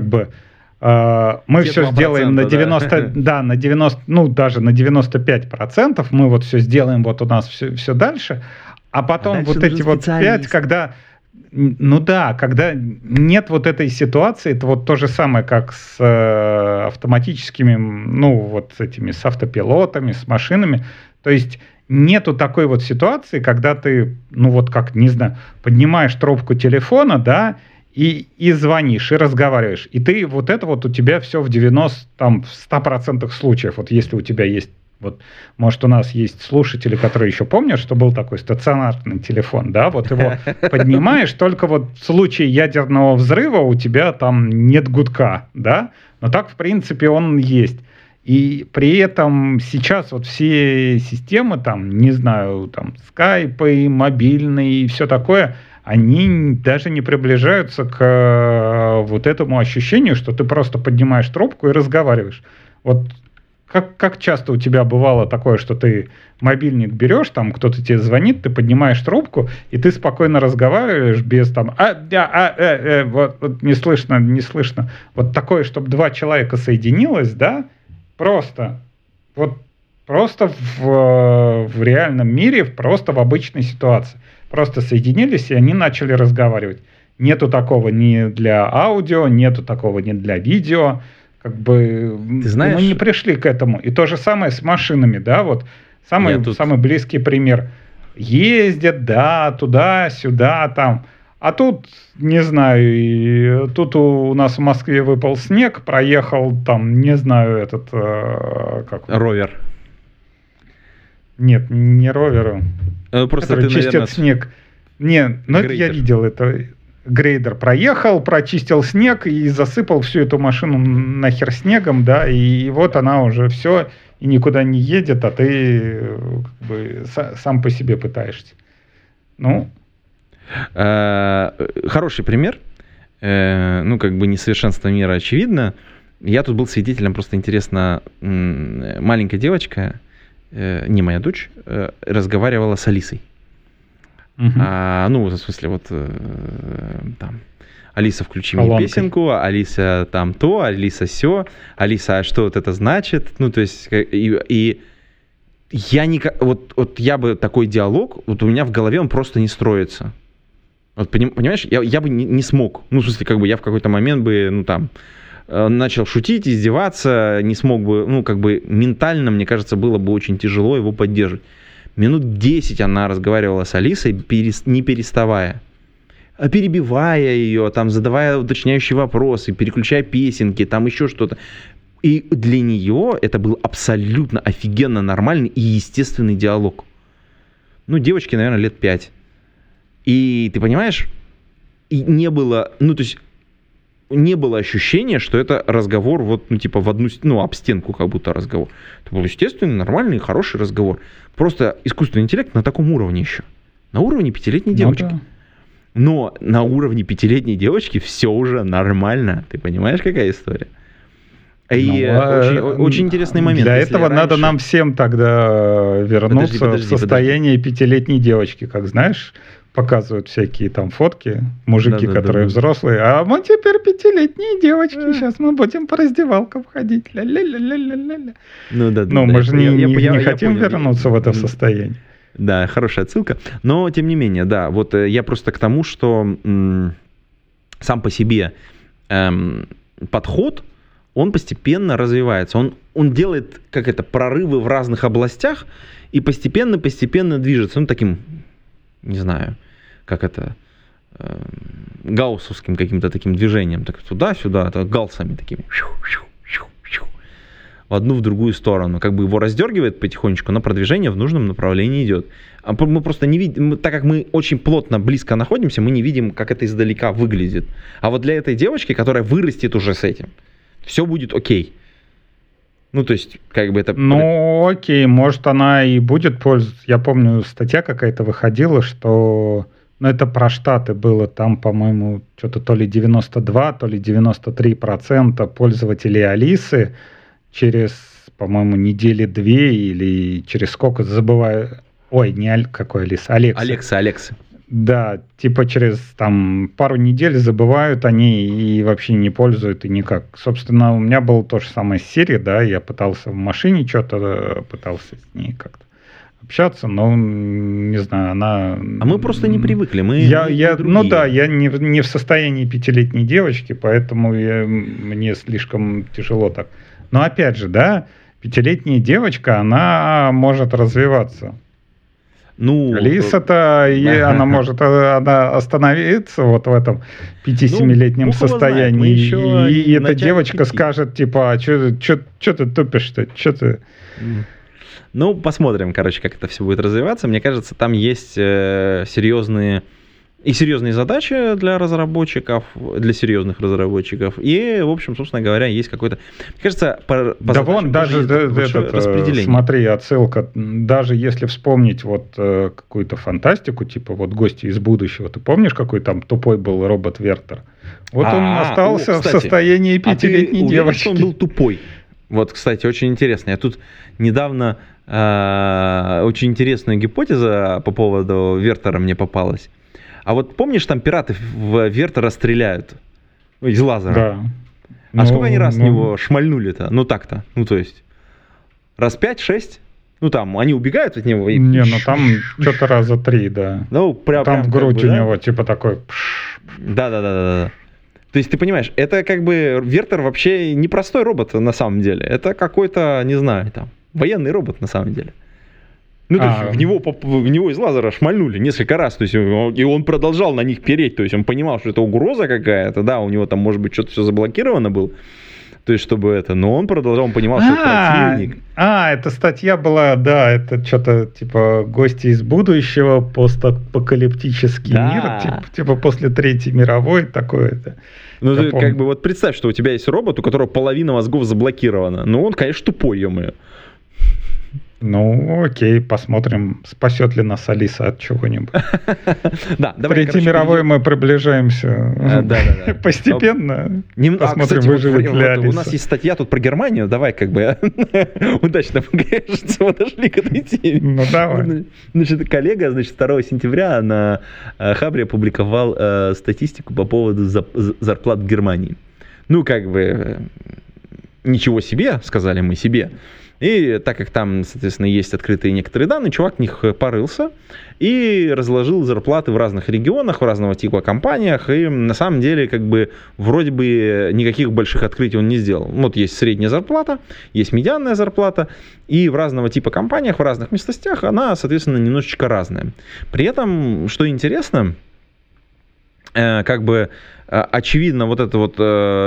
мы все сделаем на 90, да, на 90, даже на 95%, мы все сделаем, у нас все дальше, А потом дальше вот эти нужен вот 5, специалист. когда... когда нет вот этой ситуации, это вот то же самое, как с автоматическими, вот с этими, с автопилотами, с машинами. То есть нету такой вот ситуации, когда ты, как, не знаю, поднимаешь трубку телефона, да, и звонишь, и разговариваешь. И ты вот это вот у тебя все в 100% случаев. Вот если у тебя есть, вот, может, у нас есть слушатели, которые еще помнят, что был такой стационарный телефон, да, вот его поднимаешь, только вот в случае ядерного взрыва у тебя там нет гудка, да, но так, в принципе, он есть. И при этом сейчас вот все системы, там, не знаю, там, скайпы, мобильные и все такое, они даже не приближаются к вот этому ощущению, что ты просто поднимаешь трубку и разговариваешь. Вот как часто у тебя бывало такое, что ты мобильник берешь, там кто-то тебе звонит, ты поднимаешь трубку, и ты спокойно разговариваешь без там вот не слышно. Вот такое, чтобы 2 человека соединилось, да, просто в реальном мире, просто в обычной ситуации. Просто соединились, и они начали разговаривать. Нету такого ни для аудио, нету такого ни для видео. Как бы Ты знаешь, мы не пришли к этому. И то же самое с машинами, да, вот самый близкий пример. Ездят, да, туда-сюда, там. А тут, не знаю, тут у нас в Москве выпал снег, проехал там, не знаю, ровер. Нет, не ровер. Просто который ты, чистит наверное... снег. Не, это я видел, это грейдер проехал, прочистил снег и засыпал всю эту машину нахер снегом, да, и вот она уже все, и никуда не едет, а ты как бы сам по себе пытаешься. Хороший пример. Несовершенство мира очевидно. Я тут был свидетелем, просто интересно, маленькая девочка, не моя дочь, разговаривала с Алисой. В смысле, вот там, Алиса, включи мне песенку, Алиса там то, Алиса сё, Алиса, а что вот это значит? То есть, и я я бы такой диалог, вот у меня в голове он просто не строится. Вот, понимаешь, я бы не смог. В смысле, как бы я в какой-то момент бы, начал шутить, издеваться, не смог бы, ментально, мне кажется, было бы очень тяжело его поддерживать. Минут 10 она разговаривала с Алисой, не переставая, перебивая ее, там, задавая уточняющие вопросы, переключая песенки, там еще что-то. И для нее это был абсолютно офигенно нормальный и естественный диалог. Девочке, наверное, лет 5. И ты понимаешь, и не было, не было ощущения, что это разговор в одну, об стенку как будто разговор. Это был естественный, нормальный, хороший разговор. Просто искусственный интеллект на таком уровне еще. На уровне 5-летней девочки. Да. Но на уровне 5-летней девочки все уже нормально. Ты понимаешь, какая история? И очень интересный момент. Для этого надо нам всем тогда вернуться в состояние 5-летней девочки, как знаешь, показывают всякие там фотки, мужики, которые взрослые, а мы теперь 5-летние девочки, сейчас мы будем по раздевалкам ходить. Ля-ля-ля-ля-ля-ля. Мы же не хотим вернуться в это состояние. Да, хорошая отсылка. Но, тем не менее, да, вот я просто к тому, что сам по себе подход, он постепенно развивается. Он делает, прорывы в разных областях и постепенно движется. Таким, не знаю, гауссовским каким-то таким движением. Так туда-сюда, галсами такими. В одну, в другую сторону. Его раздергивает потихонечку, но продвижение в нужном направлении идет. А мы просто не видим, так как мы очень плотно, близко находимся, мы не видим, как это издалека выглядит. А вот для этой девочки, которая вырастет уже с этим, все будет окей. То есть, это... окей, может, она и будет пользоваться. Я помню, статья какая-то выходила, что... это про Штаты было. Там, по-моему, что-то то ли 92, то ли 93% пользователей Алисы через, по-моему, недели 2 или через сколько, забываю... Ой, какой Алиса? Алекса. Да, через пару недель забывают они и вообще не пользуют и никак. Собственно, у меня было то же самое с Siri, да, я пытался в машине пытался с ней как-то общаться, но, не знаю, она... А мы просто не привыкли, мы ну да, я не в состоянии 5-летней девочки, поэтому мне слишком тяжело так. Но опять же, да, 5-летняя девочка, она может развиваться. Ну, Алиса-то, она может остановиться вот в этом 5-7-летнем состоянии, и эта девочка скажет, типа, а что ты тупишь-то, что ты... Ну, посмотрим, короче, как это все будет развиваться. Мне кажется, там есть серьезные задачи для разработчиков, для серьезных разработчиков. И, в общем, собственно говоря, есть какой-то... Мне кажется, по да вон даже распределение. Смотри, отсылка. Даже если вспомнить вот какую-то фантастику, типа вот «Гости из будущего», ты помнишь, какой там тупой был робот Вертер? Вот он остался в состоянии 5-летней девочки. Что он был тупой? Вот, кстати, очень интересно. Я тут недавно очень интересная гипотеза по поводу Вертера мне попалась. А вот помнишь, там пираты в Вертера стреляют из лазера? Да. А сколько они раз в него шмальнули-то? Ну так-то. Ну то есть раз 5-6? Ну там они убегают от него. И... Не, ну там что-то раза 3, да. Ну, там в грудь у него типа такой... Да. То есть ты понимаешь, это как бы Вертер вообще не простой робот на самом деле. Это какой-то, не знаю, там военный робот на самом деле. Ну, то есть в него из лазера шмальнули несколько раз, то есть, и он продолжал на них переть, то есть он понимал, что это угроза какая-то, да, у него там, может быть, что-то все заблокировано было, то есть, чтобы это, но он продолжал, он понимал, что это противник. Это статья была, да, это что-то типа «Гости из будущего», постапокалиптический мир, типа после Третьей мировой, такое-то. Ну, ты как бы вот представь, что у тебя есть робот, у которого половина мозгов заблокирована, ну, он, конечно, тупой, ё-моё. Ну, окей, посмотрим, спасет ли нас Алиса от чего-нибудь. Да, к Третьей мировой мы приближаемся постепенно. Посмотрим, выживет ли Алиса. У нас есть статья тут про Германию, давай как бы удачно, кажется, подошли к этой теме. Ну, давай. Значит, коллега, 2 сентября на Хабре опубликовал статистику по поводу зарплат в Германии. Ну, как бы, ничего себе, сказали мы себе. И так как там, соответственно, есть открытые некоторые данные, чувак в них порылся и разложил зарплаты в разных регионах, в разного типа компаниях, и на самом деле, как бы, вроде бы никаких больших открытий он не сделал. Вот есть средняя зарплата, есть медианная зарплата, и в разного типа компаниях, в разных местностях она, соответственно, немножечко разная. При этом, что интересно, как бы очевидно, вот это вот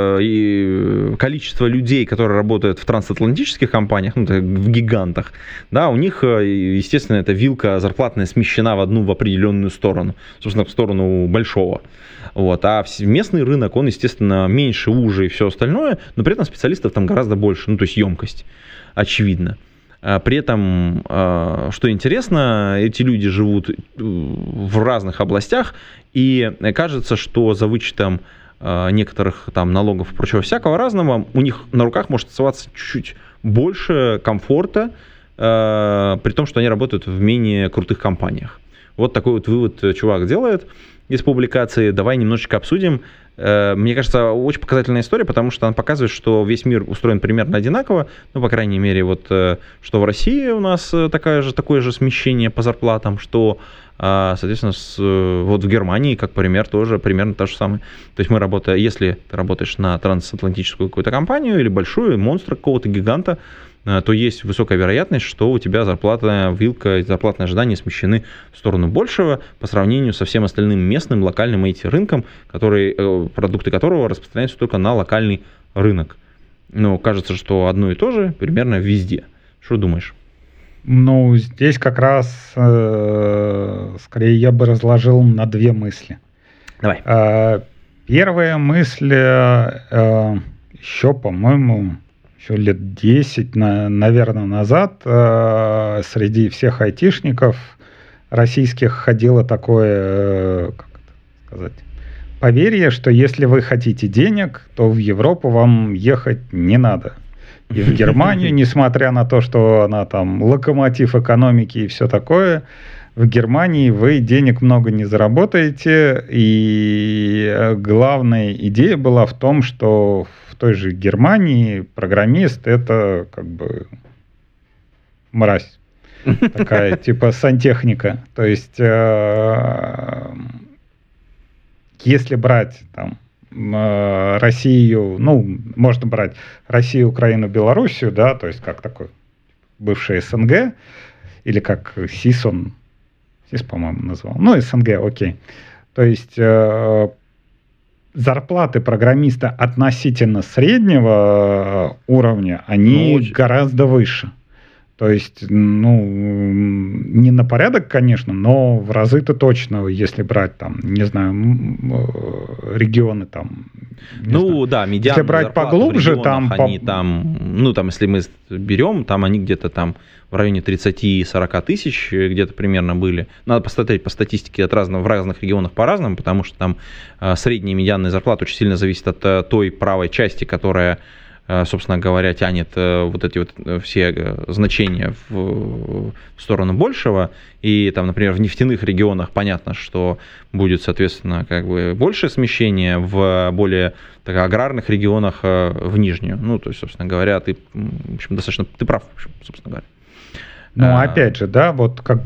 количество людей, которые работают в трансатлантических компаниях, ну, в гигантах, да, у них, естественно, эта вилка зарплатная смещена в определенную сторону, собственно, в сторону большого. Вот. А местный рынок, он, естественно, меньше, уже и все остальное, но при этом специалистов там гораздо больше, ну, то есть емкость, очевидно. При этом, что интересно, эти люди живут в разных областях, и кажется, что за вычетом некоторых там налогов и прочего всякого разного, у них на руках может оставаться чуть-чуть больше комфорта, при том, что они работают в менее крутых компаниях. Вот такой вот вывод чувак делает из публикации. Давай немножечко обсудим. Мне кажется, очень показательная история, потому что она показывает, что весь мир устроен примерно одинаково. Ну, по крайней мере, вот что в России у нас такое же смещение по зарплатам, что, соответственно, вот в Германии, как пример, тоже примерно то же самое. То есть мы работаем, если ты работаешь на трансатлантическую какую-то компанию или большую, монстра какого-то гиганта, то есть высокая вероятность, что у тебя зарплатная вилка и зарплатные ожидания смещены в сторону большего по сравнению со всем остальным местным локальным IT-рынком, продукты которого распространяются только на локальный рынок. Но кажется, что одно и то же примерно везде. Что думаешь? Ну, здесь как раз скорее я бы разложил на 2 мысли. Давай. Первая мысль еще, по-моему, еще лет 10, наверное, назад среди всех айтишников российских ходило такое, как это сказать, поверье, что если вы хотите денег, то в Европу вам ехать не надо. И в Германию, несмотря на то, что она там локомотив экономики и все такое, в Германии вы денег много не заработаете. И главная идея была в том, что в той же Германии программист — это как бы мразь. такая типа сантехника. То есть, если брать там Россию, ну, можно брать Россию, Украину, Белоруссию, да, то есть как такой бывший СНГ, или как СИС он, СИС, по-моему, назвал, ну, СНГ, окей. То есть зарплаты программиста относительно среднего уровня, они гораздо выше. То есть, ну, не на порядок, конечно, но в разы-то точно, если брать там, не знаю, регионы там. Ну да, медианные если брать поглубже, там, они там, ну там, если мы берем, там они где-то там в районе 30-40 тысяч где-то примерно были. Надо посмотреть по статистике в разных регионах по-разному, потому что там средняя медианная зарплата очень сильно зависит от той правой части, которая, собственно говоря, тянет вот эти вот все значения в сторону большего. И там, например, в нефтяных регионах понятно, что будет, соответственно, как бы большее смещение, в более так, аграрных регионах в нижнюю. Ну, то есть, собственно говоря, ты, в общем, достаточно, ты прав, в общем, собственно говоря. Ну, опять же, да, вот как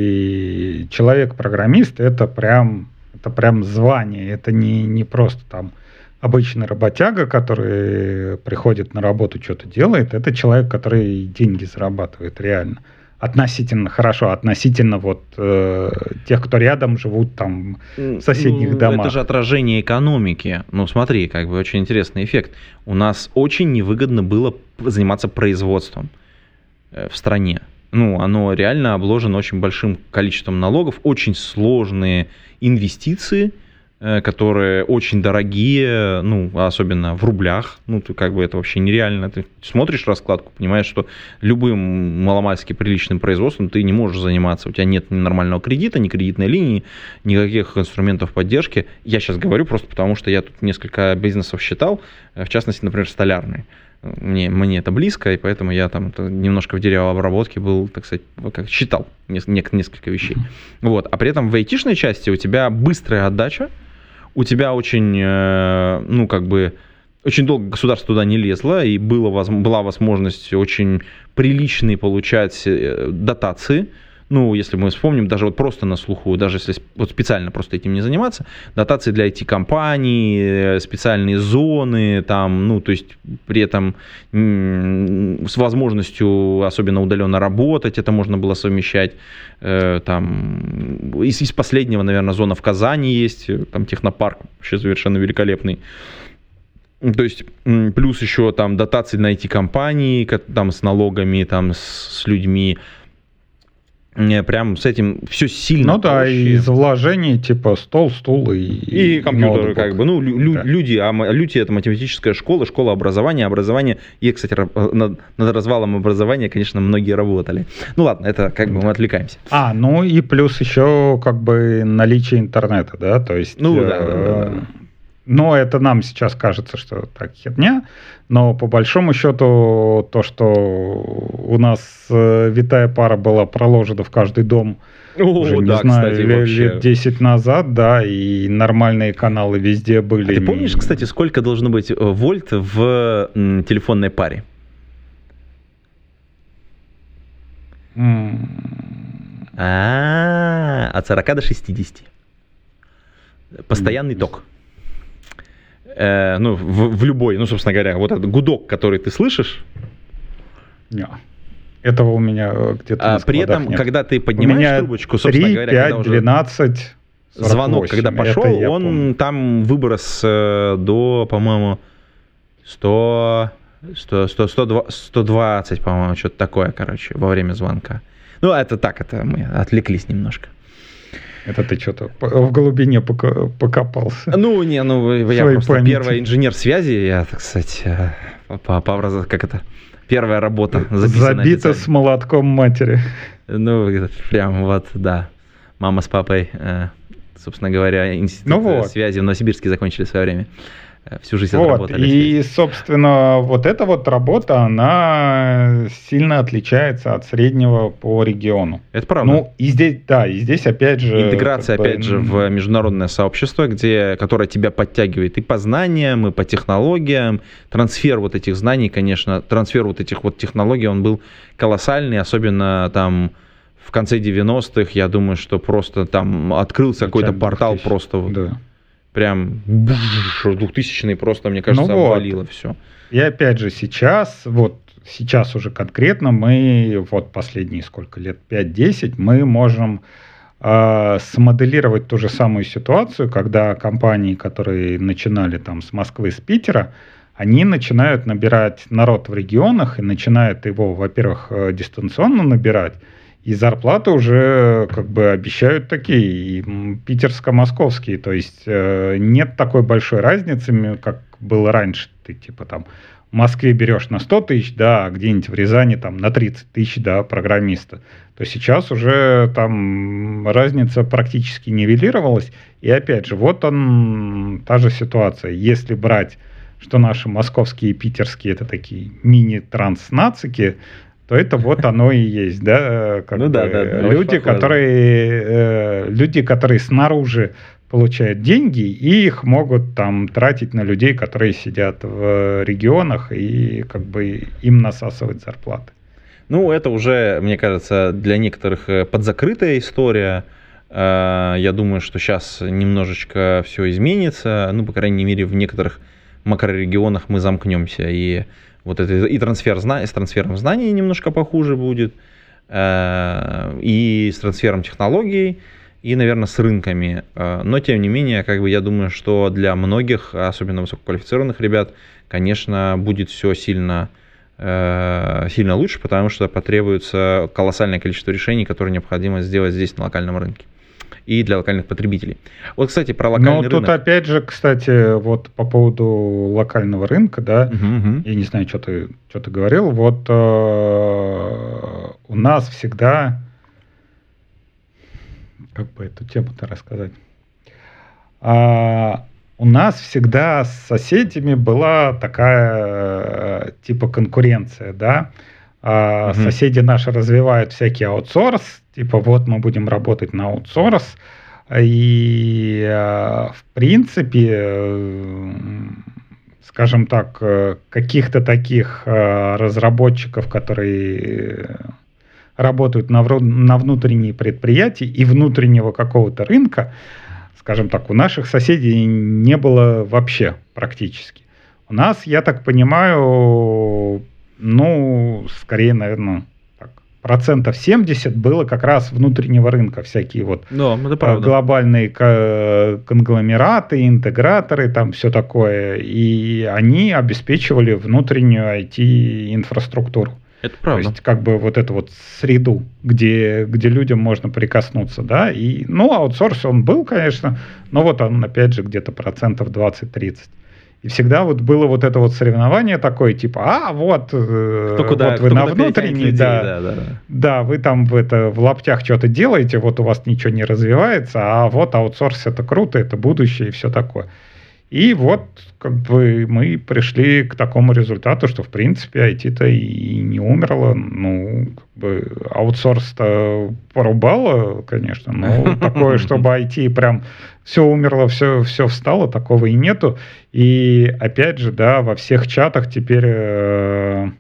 бы человек-программист это прям звание, это не просто там обычный работяга, который приходит на работу, что-то делает, это человек, который деньги зарабатывает реально. Относительно хорошо, относительно вот тех, кто рядом живут там в соседних домах. Это же отражение экономики. Ну смотри, как бы очень интересный эффект. У нас очень невыгодно было заниматься производством в стране. Ну, оно реально обложено очень большим количеством налогов, очень сложные инвестиции, которые очень дорогие, ну, особенно в рублях, ну, ты как бы это вообще нереально. Ты смотришь раскладку, понимаешь, что любым маломальски приличным производством ты не можешь заниматься. У тебя нет ни нормального кредита, ни кредитной линии, никаких инструментов поддержки. Я сейчас говорю просто потому, что я тут несколько бизнесов считал, в частности, например, столярный. Мне это близко, и поэтому я там немножко в деревообработке был, так сказать, как считал несколько вещей. Вот. А при этом в айтишной части у тебя быстрая отдача, у тебя очень, ну, как бы, очень долго государство туда не лезло, и была возможность очень приличные получать дотации. Ну, если мы вспомним, даже вот просто на слуху, даже если вот специально просто этим не заниматься, дотации для IT-компаний, специальные зоны, там, ну, то есть при этом с возможностью особенно удаленно работать, это можно было совмещать. Там, из последнего, наверное, зона в Казани есть, там технопарк вообще совершенно великолепный. То есть плюс еще там дотации на IT-компании, там с налогами, там с людьми. Прям с этим все сильно. Ну да, и из вложений типа стол, стул и компьютер, ноутбук. как бы. Ну, да. люди это математическая школа образования. И, кстати, над развалом образования, конечно, многие работали. Ну ладно, это как бы мы отвлекаемся. Ну и плюс еще как бы наличие интернета, да, то есть. Ну да. Но это нам сейчас кажется, что так херня, но по большому счету то, что у нас витая пара была проложена в каждый дом уже, не знаю, кстати, лет 10 назад, да, и нормальные каналы везде были. А ты помнишь, кстати, сколько должно быть вольт в телефонной паре? От 40 до 60. Постоянный ток. Ну, в любой, ну, собственно говоря, вот этот гудок, который ты слышишь. Нет. Этого у меня где-то при этом, нет. Когда ты поднимаешь трубочку, собственно 3, говоря, 5, когда уже 12, 48. звонок, когда пошел, он помню. Там выброс до, по-моему, 120, по-моему, что-то такое, короче, во время звонка. Ну, это так, это мы отвлеклись немножко. Это ты что-то в глубине покопался. Ну, я просто памяти. Первый инженер связи, я, так сказать, как это, первая работа. Забита с молотком матери. Ну, прям вот, да. Мама с папой, собственно говоря, институт связи в Новосибирске закончили в свое время. всю жизнь Вот, отработали и, здесь. собственно, вот эта вот работа, она сильно отличается от среднего по региону. Это правда. Ну, и здесь, да, и здесь опять же... Интеграция, опять же, в международное сообщество, которое тебя подтягивает и по знаниям, и по технологиям. Трансфер вот этих знаний, конечно, трансфер вот этих вот технологий, он был колоссальный, особенно там в конце 90-х, я думаю, что просто там открылся какой-то портал просто вот, да. Прям 2000-й просто, мне кажется, обвалило все. И опять же сейчас уже конкретно мы, вот последние сколько лет, 5-10, мы можем смоделировать ту же самую ситуацию, когда компании, которые начинали там с Москвы, с Питера, они начинают набирать народ в регионах и начинают его, во-первых, дистанционно набирать, и зарплаты уже как бы обещают такие, и питерско-московские, то есть нет такой большой разницы, как было раньше, ты типа там в Москве берешь на 100 тысяч, да, а где-нибудь в Рязани там на 30 тысяч, да, программиста, то сейчас уже там разница практически нивелировалась, и опять же, вот та же ситуация, если брать, что наши московские и питерские это такие мини-транснацики, то это вот оно и есть, да, люди, которые снаружи получают деньги и их могут там тратить на людей, которые сидят в регионах и как бы им насасывать зарплаты. Ну, это уже, мне кажется, для некоторых подзакрытая история. Я думаю, что сейчас немножечко все изменится, ну, по крайней мере, в некоторых макрорегионах мы замкнемся, и вот это и с трансфером знаний немножко похуже будет, и с трансфером технологий, и, наверное, с рынками. Но, тем не менее, как бы я думаю, что для многих, особенно высококвалифицированных ребят, конечно, будет все сильно лучше, потому что потребуется колоссальное количество решений, которые необходимо сделать здесь, на локальном рынке. И для локальных потребителей. Вот, кстати, про локальный рынок. Но тут опять же, кстати, вот по поводу локального рынка, да, я не знаю, что ты говорил, вот у нас всегда, как бы эту тему-то рассказать, у нас всегда с соседями была такая типа конкуренция, да, соседи наши развивают всякий аутсорс, типа вот мы будем работать на аутсорс, и в принципе, скажем так, каких-то таких разработчиков, которые работают на внутренние предприятия и внутреннего какого-то рынка, скажем так, у наших соседей не было вообще практически. У нас, я так понимаю, ну, скорее, наверное, так, 70% было как раз внутреннего рынка, всякие вот глобальные конгломераты, интеграторы, там все такое, и они обеспечивали внутреннюю IT-инфраструктуру. Это правда. То есть, как бы вот эту вот среду, где людям можно прикоснуться, да, и, ну, аутсорс он был, конечно, но вот он, опять же, где-то 20-30%. И всегда вот было вот это вот соревнование такое, типа, вот вы на внутренней, да, вы там в лаптях что-то делаете, вот у вас ничего не развивается, а вот аутсорс это круто, это будущее и все такое. И вот как бы мы пришли к такому результату, что в принципе IT-то и не умерло, ну, как бы аутсорс-то порубало, конечно, но такое, чтобы IT прям все умерло, все встало, такого и нету. И опять же, да, во всех чатах теперь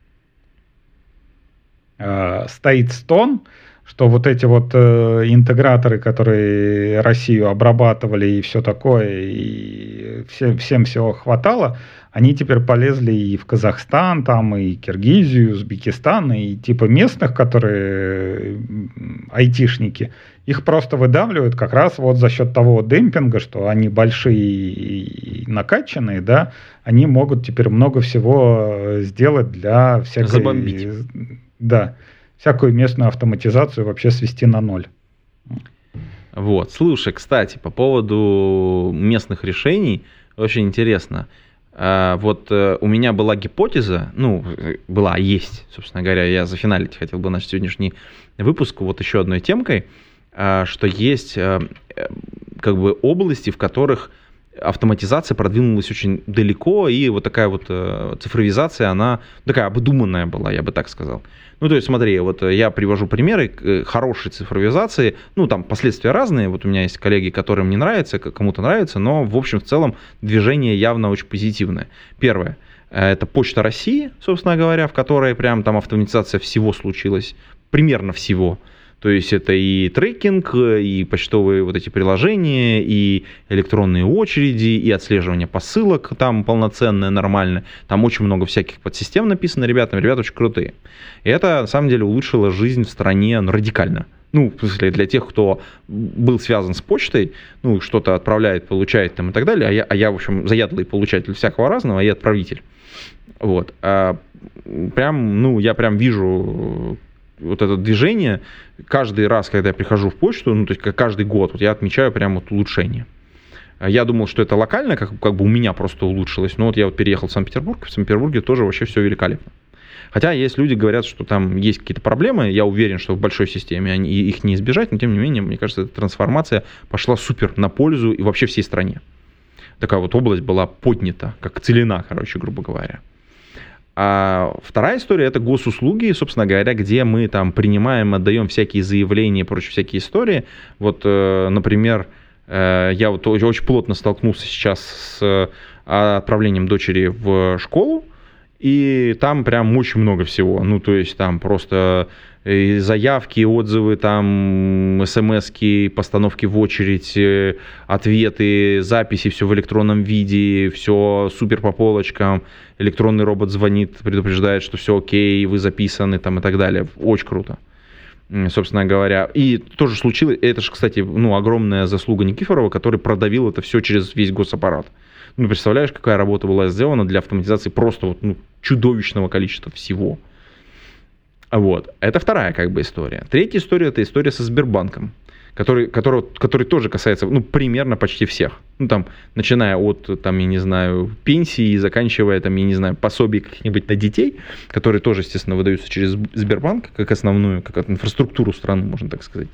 стоит стон, что вот эти вот интеграторы, которые Россию обрабатывали и все такое, и всем всего хватало, они теперь полезли и в Казахстан, там, и Киргизию, Узбекистан, и типа местных, которые айтишники, их просто выдавливают как раз вот за счет того демпинга, что они большие и накачанные, да, они могут теперь много всего сделать для всякой... Забомбить. Да. Всякую местную автоматизацию вообще свести на ноль. Вот, слушай, кстати, по поводу местных решений, очень интересно. Вот у меня была гипотеза, есть, собственно говоря, я зафиналить хотел бы наш сегодняшний выпуск вот еще одной темкой, что есть как бы области, в которых автоматизация продвинулась очень далеко, и вот такая вот цифровизация, она такая обдуманная была, я бы так сказал. Ну, то есть, смотри, вот я привожу примеры хорошей цифровизации, ну, там последствия разные, вот у меня есть коллеги, которым не нравится, кому-то нравится, но, в общем, в целом движение явно очень позитивное. Первое, это Почта России, собственно говоря, в которой прям там автоматизация всего случилась, примерно всего. То есть это и трекинг, и почтовые вот эти приложения, и электронные очереди, и отслеживание посылок там полноценное, нормальное. Там очень много всяких подсистем написано ребята очень крутые. И это, на самом деле, улучшило жизнь в стране радикально. Ну, в смысле, для тех, кто был связан с почтой, ну, что-то отправляет, получает там и так далее, а я, в общем, заядлый получатель всякого разного, и отправитель. Вот. Прям, ну, я прям вижу вот это движение каждый раз, когда я прихожу в почту, ну, то есть каждый год, вот я отмечаю прям вот улучшение. Я думал, что это локально, как бы у меня просто улучшилось, но вот я вот переехал в Санкт-Петербург, в Санкт-Петербурге тоже вообще все великолепно. Хотя есть люди, говорят, что там есть какие-то проблемы, я уверен, что в большой системе их не избежать, но тем не менее, мне кажется, эта трансформация пошла супер на пользу и вообще всей стране. Такая вот область была поднята, как целина, короче, грубо говоря. А вторая история – это госуслуги, собственно говоря, где мы там принимаем, отдаем всякие заявления и прочие всякие истории. Вот, например, я вот очень плотно столкнулся сейчас с отправлением дочери в школу, и там прям очень много всего. Ну, то есть там просто заявки, отзывы, там смс-ки, постановки в очередь, ответы, записи, все в электронном виде, все супер по полочкам. Электронный робот звонит, предупреждает, что все окей, вы записаны там и так далее. Очень круто, собственно говоря. И тоже случилось, это же, кстати, ну, огромная заслуга Никифорова, который продавил это все через весь госаппарат. Ну, представляешь, какая работа была сделана для автоматизации просто вот, ну, чудовищного количества всего. Вот. Это вторая как бы история. Третья история – это история со Сбербанком, который тоже касается, ну, примерно почти всех. Ну, там, начиная от, там, я не знаю, пенсии и заканчивая, там, я не знаю, пособий каких-нибудь на детей, которые тоже, естественно, выдаются через Сбербанк, как основную, как инфраструктуру страны, можно так сказать.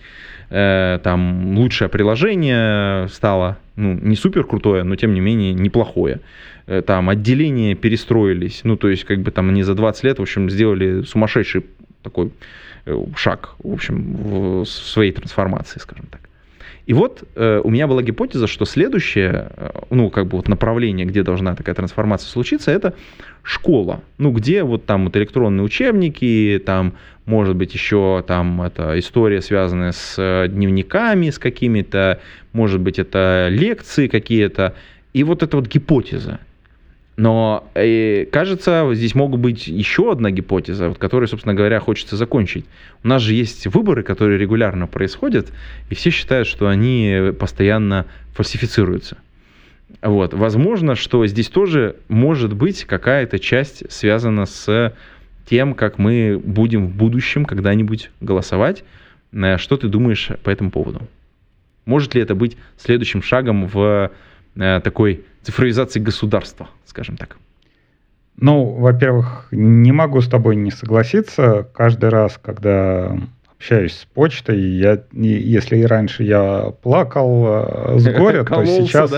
Там лучшее приложение стало, ну, не супер крутое, но, тем не менее, неплохое. Там отделения перестроились, ну, то есть, как бы там они за 20 лет, в общем, сделали сумасшедший такой шаг, в общем, в своей трансформации, скажем так. И вот у меня была гипотеза, что следующее, ну, как бы вот направление, где должна такая трансформация случиться, это школа. Ну, где вот там вот электронные учебники, там, может быть, еще там это история, связанная с дневниками, с какими-то, может быть, это лекции какие-то. И вот эта вот гипотеза. Но, кажется, здесь могут быть еще одна гипотеза, вот, которую, собственно говоря, хочется закончить. У нас же есть выборы, которые регулярно происходят, и все считают, что они постоянно фальсифицируются. Вот. Возможно, что здесь тоже может быть какая-то часть связана с тем, как мы будем в будущем когда-нибудь голосовать. Что ты думаешь по этому поводу? Может ли это быть следующим шагом в такой цифровизации государства, скажем так? Ну, во-первых, не могу с тобой не согласиться. Каждый раз, когда общаюсь с почтой, если и раньше я плакал с горя, то сейчас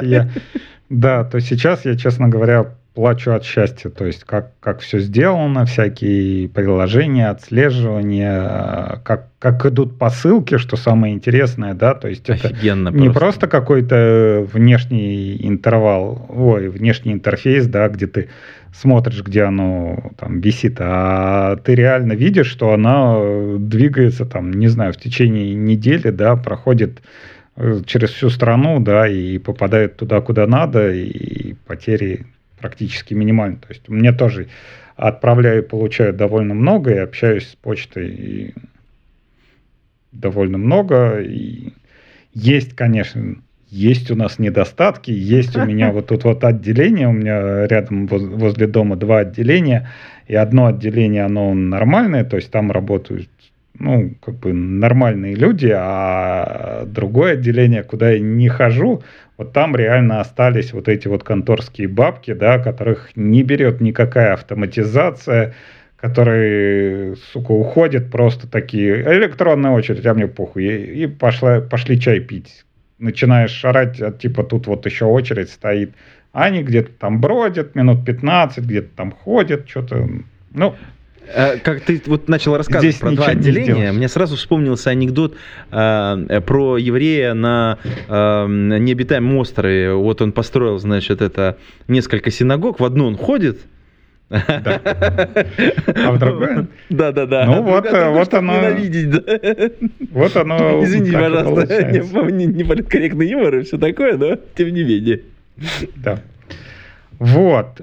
я, честно говоря, плачу от счастья. То есть как все сделано, всякие приложения, отслеживания, как идут посылки, что самое интересное, да, то есть офигенно, это не просто какой-то внешний внешний интерфейс, да, где ты смотришь, где оно там висит, а ты реально видишь, что оно двигается там, не знаю, в течение недели, да, проходит через всю страну, да, и попадает туда, куда надо, и потери практически минимальны. То есть мне тоже отправляю и получаю довольно много, и общаюсь с почтой довольно много. И есть, конечно, есть у нас недостатки, есть у меня вот тут вот отделение, у меня рядом возле дома 2 отделения, и одно отделение, оно нормальное, то есть там работают, ну, как бы нормальные люди, а другое отделение, куда я не хожу, вот там реально остались вот эти вот конторские бабки, да, которых не берет никакая автоматизация, которые, сука, уходят просто такие, электронная очередь, а мне похуй, и пошли чай пить. начинаешь орать, типа тут вот еще очередь стоит. А они где-то там бродят минут 15, где-то там ходят, что-то, ну... Как ты вот начал рассказывать про два отделения, мне сразу вспомнился анекдот про еврея на необитаемом острове. Вот он построил, значит, это несколько синагог, в одну он ходит, да. А в другое? Да. Ну вот оно... Ненавидеть, да. Вот оно... Извините, пожалуйста, не политкорректный юмор и все такое, но тем не менее. Да. Вот.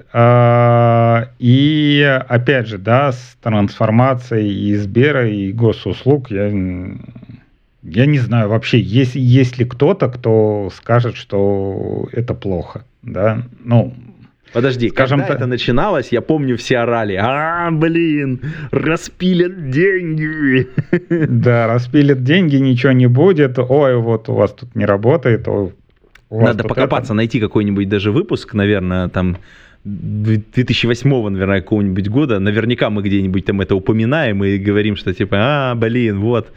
И опять же, да, с трансформацией и Сбера, и госуслуг, я не знаю вообще, есть ли кто-то, кто скажет, что это плохо, да, ну... Подожди, когда это начиналось, я помню, все орали: распилят деньги. Да, распилят деньги, ничего не будет, ой, вот у вас тут не работает, надо покопаться, найти какой-нибудь даже выпуск, наверное, там 2008, наверное, какого-нибудь года. Наверняка мы где-нибудь там это упоминаем и говорим, что типа, вот.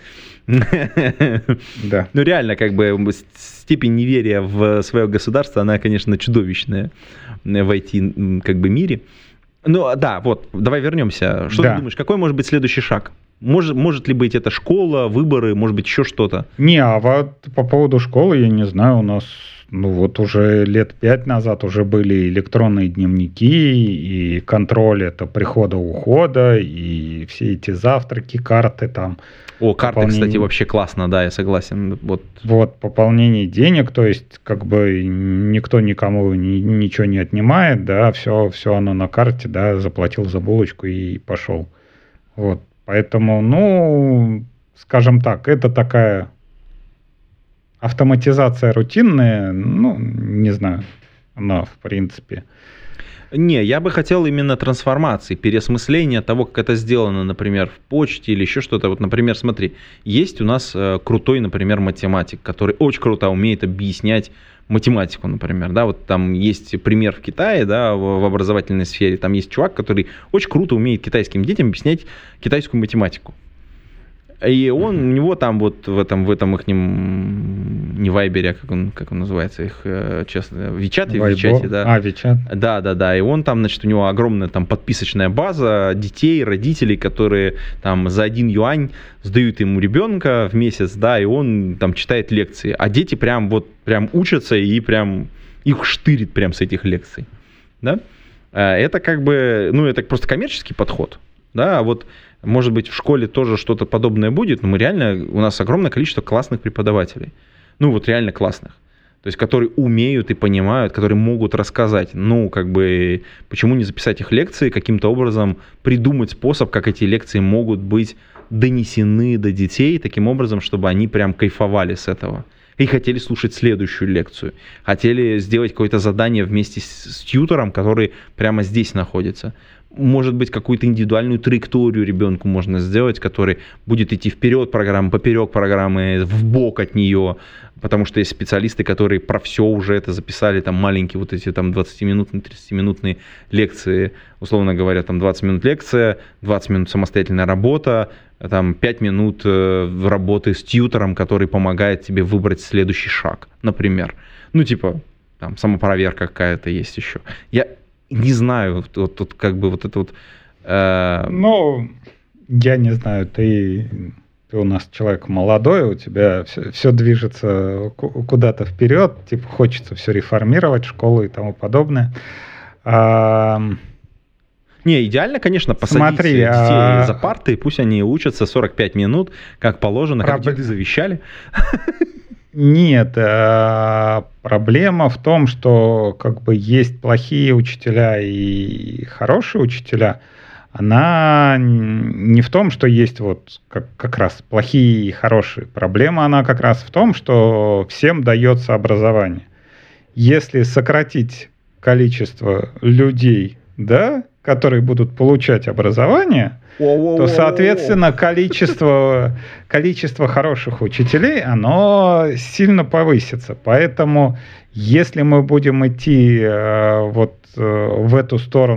Да. Ну, реально, как бы степень неверия в свое государство, она, конечно, чудовищная в IT как бы мире. Ну, да, вот, давай вернемся. Что ты думаешь, какой может быть следующий шаг? Может ли быть это школа, выборы, может быть еще что-то? Не, а вот по поводу школы, я не знаю, у нас, ну вот уже лет 5 назад уже были электронные дневники, и контроль это прихода-ухода, и все эти завтраки, карты там. О, карты, кстати, вообще классно, да, я согласен. Вот, пополнение денег, то есть как бы никто никому ничего не отнимает, да, все оно на карте, да, заплатил за булочку и пошел. Вот. Поэтому, ну, скажем так, это такая автоматизация рутинная, ну, не знаю, она в принципе. Не, я бы хотел именно трансформации, переосмысления того, как это сделано, например, в почте или еще что-то. Вот, например, смотри, есть у нас крутой, например, математик, который очень круто умеет объяснять математику, например, да, вот там есть пример в Китае, да, в образовательной сфере, там есть чувак, который очень круто умеет китайским детям объяснять китайскую математику. И у него там вот в этом ихнем, не Вайбере, а как он называется, их, честно, Вичате, да. Вичат. Да, и он там, значит, у него огромная там подписочная база детей, родителей, которые там за 1 юань сдают ему ребенка в месяц, да, и он там читает лекции, а дети прям учатся и прям их штырит прям с этих лекций, да. Это как бы, ну, это просто коммерческий подход, да, а вот может быть, в школе тоже что-то подобное будет, но у нас огромное количество классных преподавателей. Ну, вот реально классных. То есть, которые умеют и понимают, которые могут рассказать. Ну, как бы, почему не записать их лекции, каким-то образом придумать способ, как эти лекции могут быть донесены до детей, таким образом, чтобы они прям кайфовали с этого. И хотели слушать следующую лекцию. Хотели сделать какое-то задание вместе с тьютором, который прямо здесь находится. Может быть, какую-то индивидуальную траекторию ребенку можно сделать, который будет идти вперед программы, поперек программы, вбок от нее, потому что есть специалисты, которые про все уже это записали, там маленькие вот эти там 20-минутные, 30-минутные лекции, условно говоря, там 20 минут лекция, 20 минут самостоятельная работа, там 5 минут работы с тьютором, который помогает тебе выбрать следующий шаг, например. Ну, типа, там самопроверка какая-то есть еще. Я не знаю, вот тут как бы вот это вот... Ну, я не знаю, ты у нас человек молодой, у тебя все движется куда-то вперед, типа хочется все реформировать, школу и тому подобное. Не, идеально, конечно, посадить детей за парты, пусть они учатся 45 минут, как положено, как деды завещали. Нет, проблема в том, что как бы есть плохие учителя и хорошие учителя. Она не в том, что есть вот как раз плохие и хорошие. Проблема она как раз в том, что всем дается образование. Если сократить количество людей, да, которые будут получать образование, то, соответственно, количество хороших учителей, оно сильно повысится. Поэтому, если мы будем идти вот в эту сторону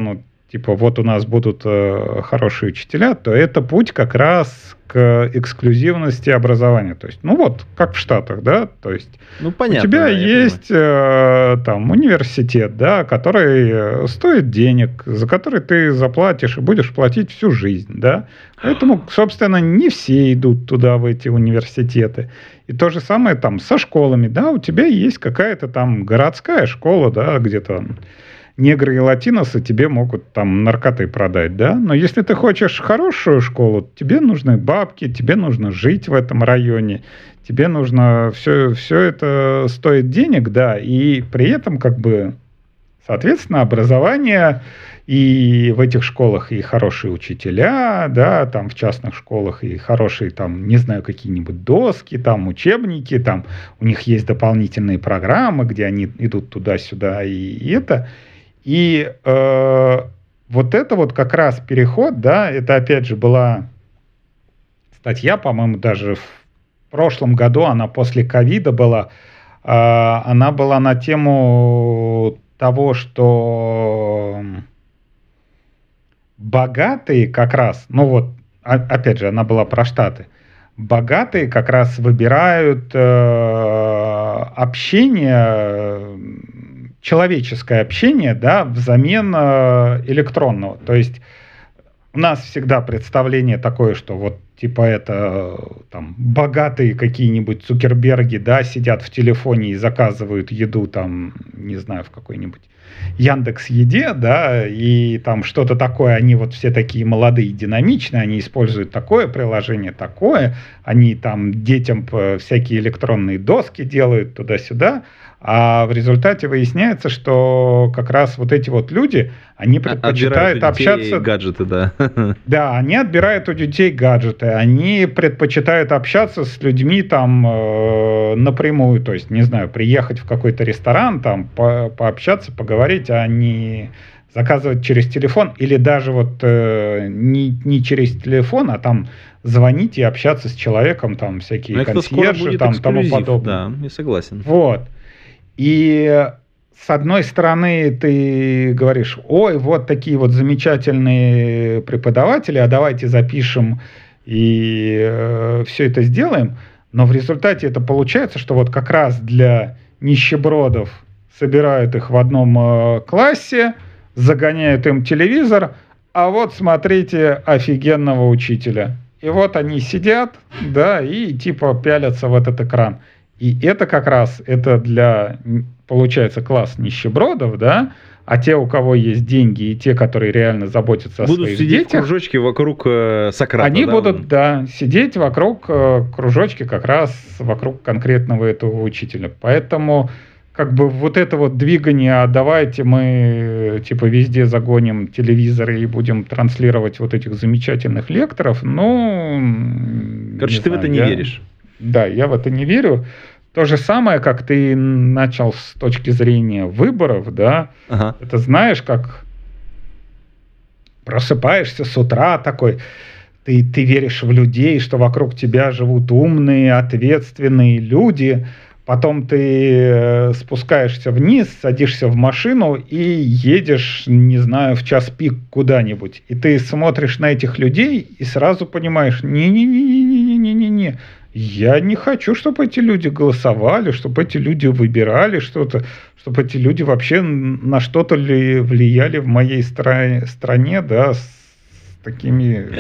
типа, вот у нас будут хорошие учителя, то это путь как раз к эксклюзивности образования. То есть, ну вот, как в Штатах, да, то есть Ну, понятно, у тебя да, я есть там университет, да, который стоит денег, за который ты заплатишь и будешь платить всю жизнь, да. Поэтому, собственно, не все идут туда, в эти университеты. И то же самое там со школами, да, у тебя есть какая-то там городская школа, да, где-то негры и латиносы тебе могут там наркоты продать, да? Но если ты хочешь хорошую школу, тебе нужны бабки, тебе нужно жить в этом районе, тебе нужно... Все это стоит денег, да, и при этом как бы, соответственно, образование и в этих школах и хорошие учителя, да, там в частных школах и хорошие там, не знаю, какие-нибудь доски, там учебники, там у них есть дополнительные программы, где они идут туда-сюда и это... И вот это вот как раз переход, да, это опять же была статья, по-моему, даже в прошлом году, она после ковида была, она была на тему того, что богатые как раз, ну вот, опять же, она была про Штаты, богатые как раз выбирают общение, человеческое общение, да, взамен электронного. То есть у нас всегда представление такое, что вот типа это там богатые какие-нибудь Цукерберги, да, сидят в телефоне и заказывают еду там, не знаю, в какой-нибудь Яндекс.Еде, да, и там что-то такое, они вот все такие молодые, динамичные, они используют такое приложение, такое, они там детям всякие электронные доски делают туда-сюда, а в результате выясняется, что как раз вот эти вот люди, они предпочитают общаться... гаджеты, да. Да, они отбирают у детей гаджеты, они предпочитают общаться с людьми там напрямую, то есть, не знаю, приехать в какой-то ресторан, там пообщаться, поговорить, а не заказывать через телефон, или даже вот не через телефон, а там звонить и общаться с человеком, там всякие консьержи, там тому подобное. Да, я согласен. Вот. И с одной стороны ты говоришь, ой, вот такие вот замечательные преподаватели, а давайте запишем и все это сделаем. Но в результате это получается, что вот как раз для нищебродов собирают их в одном классе, загоняют им телевизор, а вот смотрите офигенного учителя. И вот они сидят, да, и типа пялятся в этот экран. И это как раз, это для, получается, класс нищебродов, да, а те, у кого есть деньги, и те, которые реально заботятся о своих детях... Будут сидеть в кружочке вокруг Сократа. Они будут, да, сидеть вокруг кружочки, как раз вокруг конкретного этого учителя. Поэтому, как бы, вот это вот двигание, а давайте мы, типа, везде загоним телевизоры и будем транслировать вот этих замечательных лекторов, ну... Короче, ты в это не веришь. Да, я в это не верю. То же самое, как ты начал с точки зрения выборов, да, это знаешь, как просыпаешься с утра такой, ты веришь в людей, что вокруг тебя живут умные, ответственные люди, потом ты спускаешься вниз, садишься в машину и едешь, не знаю, в час пик куда-нибудь, и ты смотришь на этих людей и сразу понимаешь, не-не-не-не-не-не-не-не, я не хочу, чтобы эти люди голосовали, чтобы эти люди выбирали что-то, чтобы эти люди вообще на что-то ли влияли в моей стране, да, с такими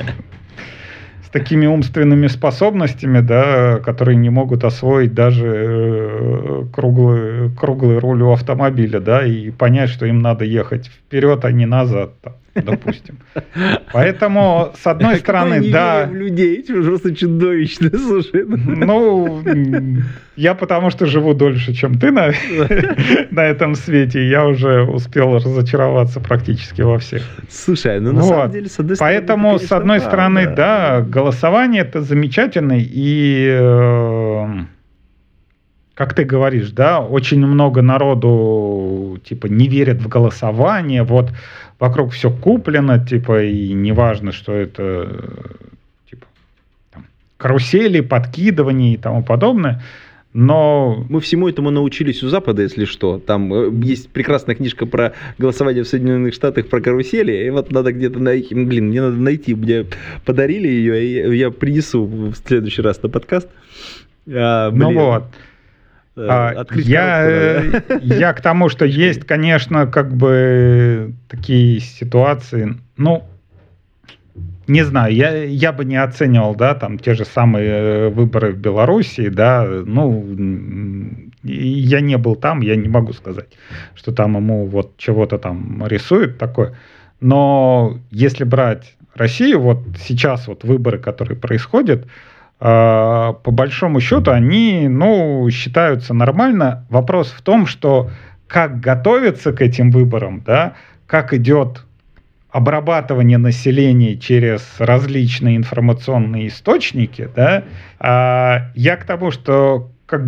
умственными способностями, да, которые не могут освоить даже круглый руль у автомобиля, да, и понять, что им надо ехать вперед, а не назад, допустим. Поэтому, с одной стороны, да... в людей, просто чудовищно, слушай. Ну, я потому что живу дольше, чем ты на этом свете, я уже успел разочароваться практически во всех. Слушай, ну на самом деле, с одной стороны... Поэтому, с одной стороны, да, голосование это замечательно, и... Как ты говоришь, да, очень много народу, типа, не верят в голосование, вот вокруг все куплено, типа, и неважно, что это, типа, там, карусели, подкидывания и тому подобное. Но... Мы всему этому научились у Запада, если что. Там есть прекрасная книжка про голосование в Соединенных Штатах, про карусели, и вот надо где-то найти, мне надо найти, мне подарили ее, и я принесу в следующий раз на подкаст. Ну вот. Я к тому, что есть, конечно, как бы такие ситуации, ну, не знаю, я бы не оценивал, да, там те же самые выборы в Белоруссии, да, ну, я не был там, я не могу сказать, что там ему вот чего-то там рисуют такое, но если брать Россию, вот сейчас вот выборы, которые происходят, по большому счету они, ну, считаются нормально. Вопрос в том, что как готовиться к этим выборам, да, как идет обрабатывание населения через различные информационные источники, да, я к тому, что как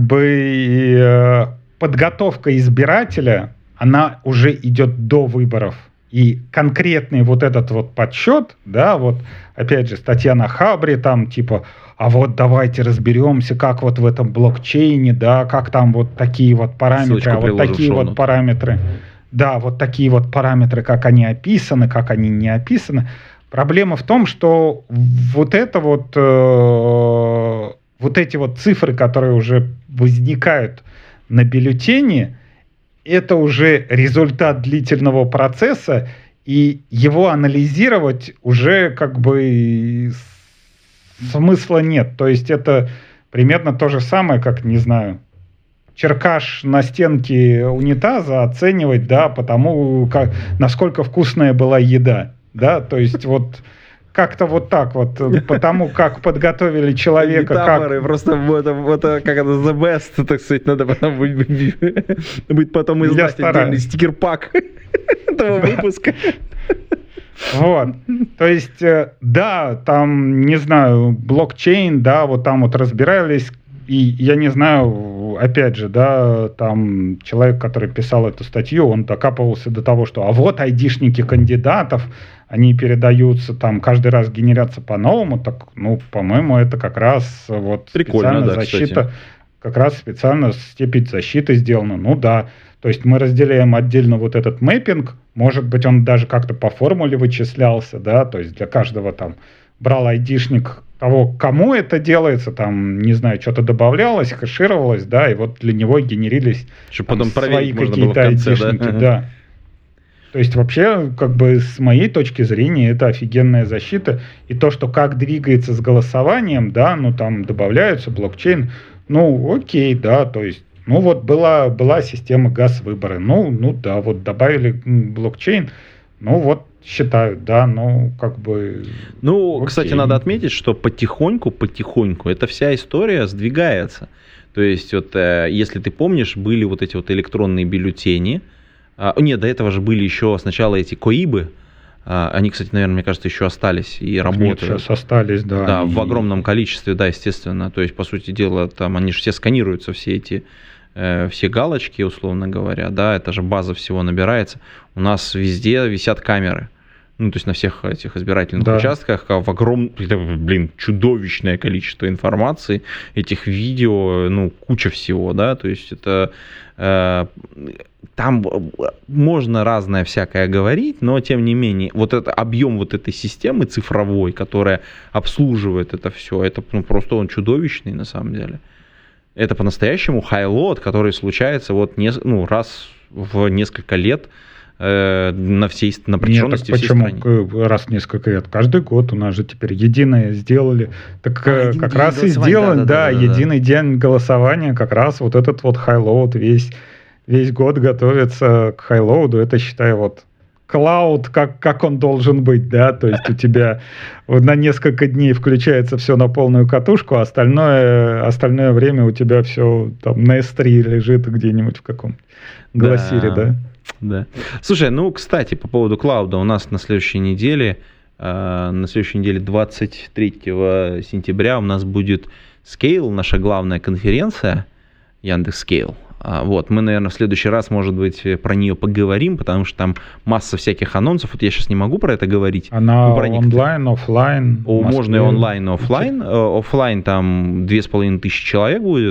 бы подготовка избирателя, она уже идет до выборов. И конкретный вот этот вот подсчет, да, вот опять же статья на Хабре, там типа, а вот давайте разберемся, как вот в этом блокчейне, да, как там вот такие вот параметры, ссылочку а вот такие вот параметры. Да, вот такие вот параметры, как они описаны, как они не описаны. Проблема в том, что вот это вот, вот эти вот цифры, которые уже возникают на бюллетене, это уже результат длительного процесса, и его анализировать уже как бы смысла нет. То есть это примерно то же самое, как, не знаю, черкаш на стенке унитаза оценивать, да, потому как, насколько вкусная была еда, да, то есть вот как-то вот так вот, потому как подготовили человека. Метафоры, как... просто вот как это the best, так сказать, надо потом будет потом издать отдельный стикер-пак этого выпуска. Вот, то есть, да, там, не знаю, блокчейн, да, вот там вот разбирались, и я не знаю, опять же, да, там человек, который писал эту статью, он докапывался до того, что а вот айдишники кандидатов, они передаются там, каждый раз генерятся по-новому, так, ну, по-моему, это как раз вот прикольно, специально да, защита, кстати. Как раз специально степень защиты сделана, ну да, то есть мы разделяем отдельно вот этот мэппинг, может быть, он даже как-то по формуле вычислялся, да, то есть для каждого там брал айдишник того, кому это делается, там, не знаю, что-то добавлялось, хэшировалось, да, и вот для него генерились там, свои какие-то айдишники, да. То есть вообще, как бы с моей точки зрения, это офигенная защита. И то, что как двигается с голосованием, да, ну там добавляются блокчейн, ну окей, да, то есть, ну вот была система ГАЗ-выборы, ну да, вот добавили блокчейн, ну вот считают, да, ну как бы... Ну, окей. Кстати, надо отметить, что потихоньку эта вся история сдвигается. То есть вот, если ты помнишь, были вот эти вот электронные бюллетени. Нет, до этого же были еще сначала эти КОИБы. Они, кстати, наверное, мне кажется, еще остались и работают. Нет, сейчас остались, да. Да, в огромном количестве, да, естественно. То есть, по сути дела, там они же все сканируются, все эти, все галочки, условно говоря, да, это же база всего набирается. У нас везде висят камеры. Ну, то есть на всех этих избирательных участках в огромное, чудовищное количество информации, этих видео, ну, куча всего, да, то есть это там можно разное всякое говорить, но тем не менее, вот это объем вот этой системы цифровой, которая обслуживает это все, это ну, просто он чудовищный на самом деле. Это по-настоящему хайлот, который случается вот раз в несколько лет, на протяженности всей страны. Раз в несколько лет? Каждый год у нас же теперь единое сделали. Так как раз и сделан, да, единый день голосования, как раз вот этот вот хайлоуд весь год готовится к хайлоуду. Это, считай, вот клауд, как он должен быть, да, то есть у тебя на несколько дней включается все на полную катушку, а остальное время у тебя все там на S3 лежит где-нибудь в каком-то глассире, да? Да. Слушай, ну, кстати, по поводу клауда, у нас на следующей неделе 23 сентября у нас будет Scale, наша главная конференция, Яндекс.Scale. Вот, мы, наверное, в следующий раз, может быть, про нее поговорим, потому что там масса всяких анонсов. Вот я сейчас не могу про это говорить. Она онлайн, офлайн. Можно и онлайн, и офлайн. Офлайн там 2500 человек будет.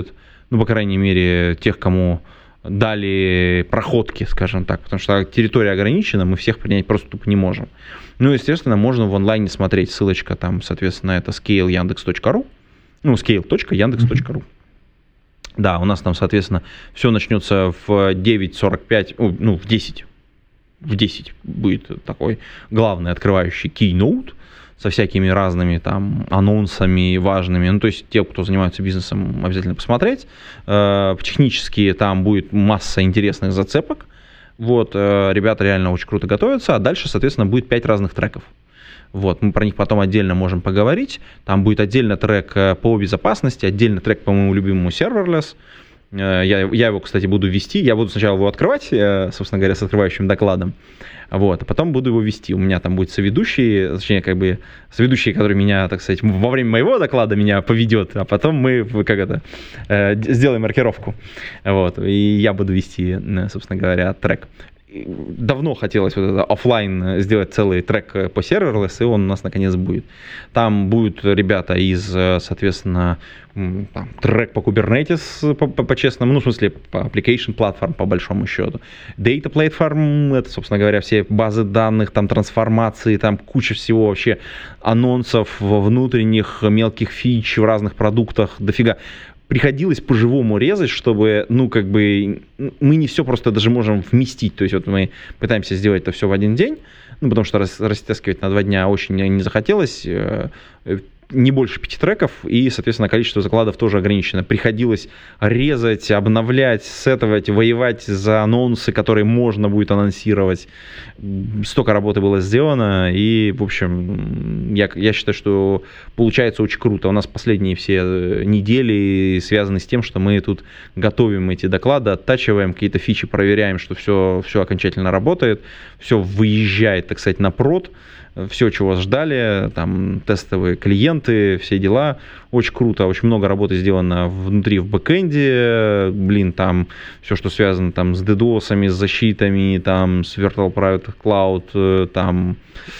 ну, по крайней мере, тех, кому дали проходки, скажем так, потому что территория ограничена, мы всех принять просто тупо не можем. Ну, естественно, можно в онлайне смотреть, ссылочка там, соответственно, это scale.yandex.ru, ну, scale.yandex.ru. Да, у нас там, соответственно, все начнется в 9:45, ну, в 10. В 10 будет такой главный открывающий keynote со всякими разными там анонсами важными. Ну, то есть те, кто занимается бизнесом, обязательно посмотреть. Технически там будет масса интересных зацепок. Вот, ребята реально очень круто готовятся. А дальше, соответственно, будет 5 разных треков. Вот, мы про них потом отдельно можем поговорить. Там будет отдельно трек по безопасности, отдельно трек по моему любимому serverless. Я его, кстати, буду вести. Я буду сначала его открывать, собственно говоря, с открывающим докладом. Вот, а потом буду его вести. У меня там будет соведущий, точнее, как бы соведущий, который меня, так сказать, во время моего доклада меня поведет, а потом мы, сделаем маркировку. Вот, и я буду вести, собственно говоря, трек. Давно хотелось вот это офлайн сделать целый трек по serverless, и он у нас наконец будет. Там будут ребята из, соответственно, там, трек по Kubernetes, по-честному, ну, в смысле, по application platform, по большому счету. Data platform, это, собственно говоря, все базы данных, там, трансформации, там, куча всего вообще, анонсов внутренних, мелких фич в разных продуктах, дофига. Приходилось по-живому резать, чтобы, ну, как бы, мы не все просто даже можем вместить. То есть вот мы пытаемся сделать это все в один день, ну, потому что растаскивать на 2 дня очень не захотелось. Не больше 5 треков, и, соответственно, количество закладов тоже ограничено. Приходилось резать, обновлять, сетовать, воевать за анонсы, которые можно будет анонсировать. Столько работы было сделано, и, в общем, я считаю, что получается очень круто. У нас последние все недели связаны с тем, что мы тут готовим эти доклады, оттачиваем, какие-то фичи проверяем, что все окончательно работает, все выезжает, так сказать, на прод. Все, чего ждали, там тестовые клиенты, все дела. Очень круто, очень много работы сделано внутри в бэкэнде. Блин, там все, что связано там с DDoS, с защитами, там с Virtual Private Cloud, там...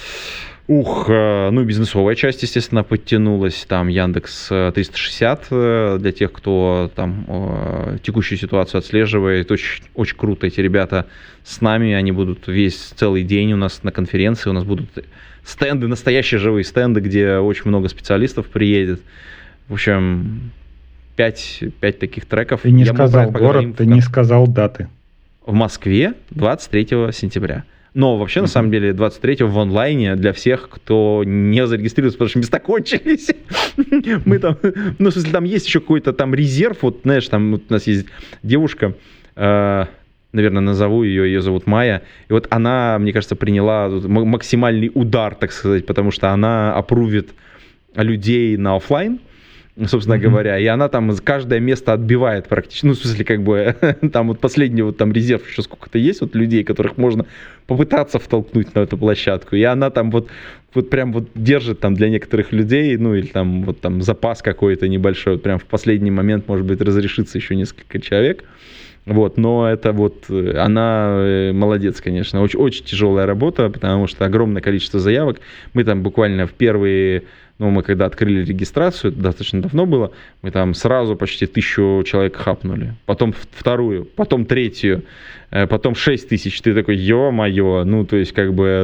ну, бизнесовая часть, естественно, подтянулась. Там Яндекс 360 для тех, кто там текущую ситуацию отслеживает. Очень, очень круто эти ребята с нами. Они будут целый день у нас на конференции. У нас будут стенды, настоящие живые стенды, где очень много специалистов приедет. В общем, 5 таких треков. Ты не сказал город, ты не сказал даты. В Москве 23 сентября. Но вообще, на самом деле, 23-го в онлайне для всех, кто не зарегистрировался, потому что места кончились. Мы там, ну, в смысле, там есть еще какой-то там резерв. Вот, знаешь, там вот у нас есть девушка, наверное, назову ее зовут Майя. И вот она, мне кажется, приняла максимальный удар, так сказать, потому что она апрувит людей на офлайн, собственно говоря, и она там каждое место отбивает практически, ну, в смысле, как бы, там вот последний вот там резерв еще сколько-то есть, вот людей, которых можно попытаться втолкнуть на эту площадку, и она там вот прям вот держит там для некоторых людей, ну, или там вот там запас какой-то небольшой, вот прям в последний момент, может быть, разрешится еще несколько человек. Вот, но это вот, она молодец, конечно, очень, очень тяжелая работа, потому что огромное количество заявок. Мы там буквально в первые, ну, мы когда открыли регистрацию, это достаточно давно было, мы там сразу почти 1000 человек хапнули, потом вторую, потом третью, потом 6000, ты такой, ё-моё, ну, то есть, как бы,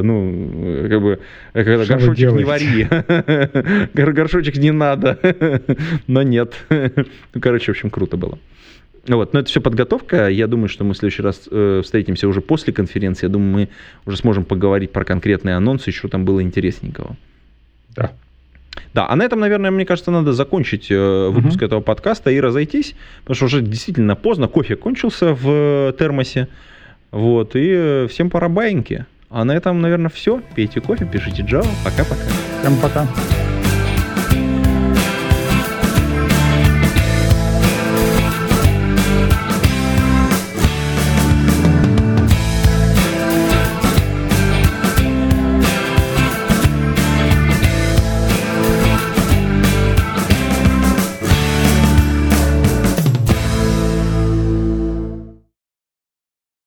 когда горшочек не вари, горшочек не надо, но нет, ну, короче, в общем, круто было. Вот, но это все подготовка. Я думаю, что мы в следующий раз встретимся уже после конференции. Я думаю, мы уже сможем поговорить про конкретные анонсы, что там было интересненького. Да. Да, а на этом, наверное, мне кажется, надо закончить выпуск этого подкаста и разойтись, потому что уже действительно поздно, кофе кончился в термосе. Вот, и всем пора баиньки. А на этом, наверное, все. Пейте кофе, пишите Java. Пока-пока. Всем пока.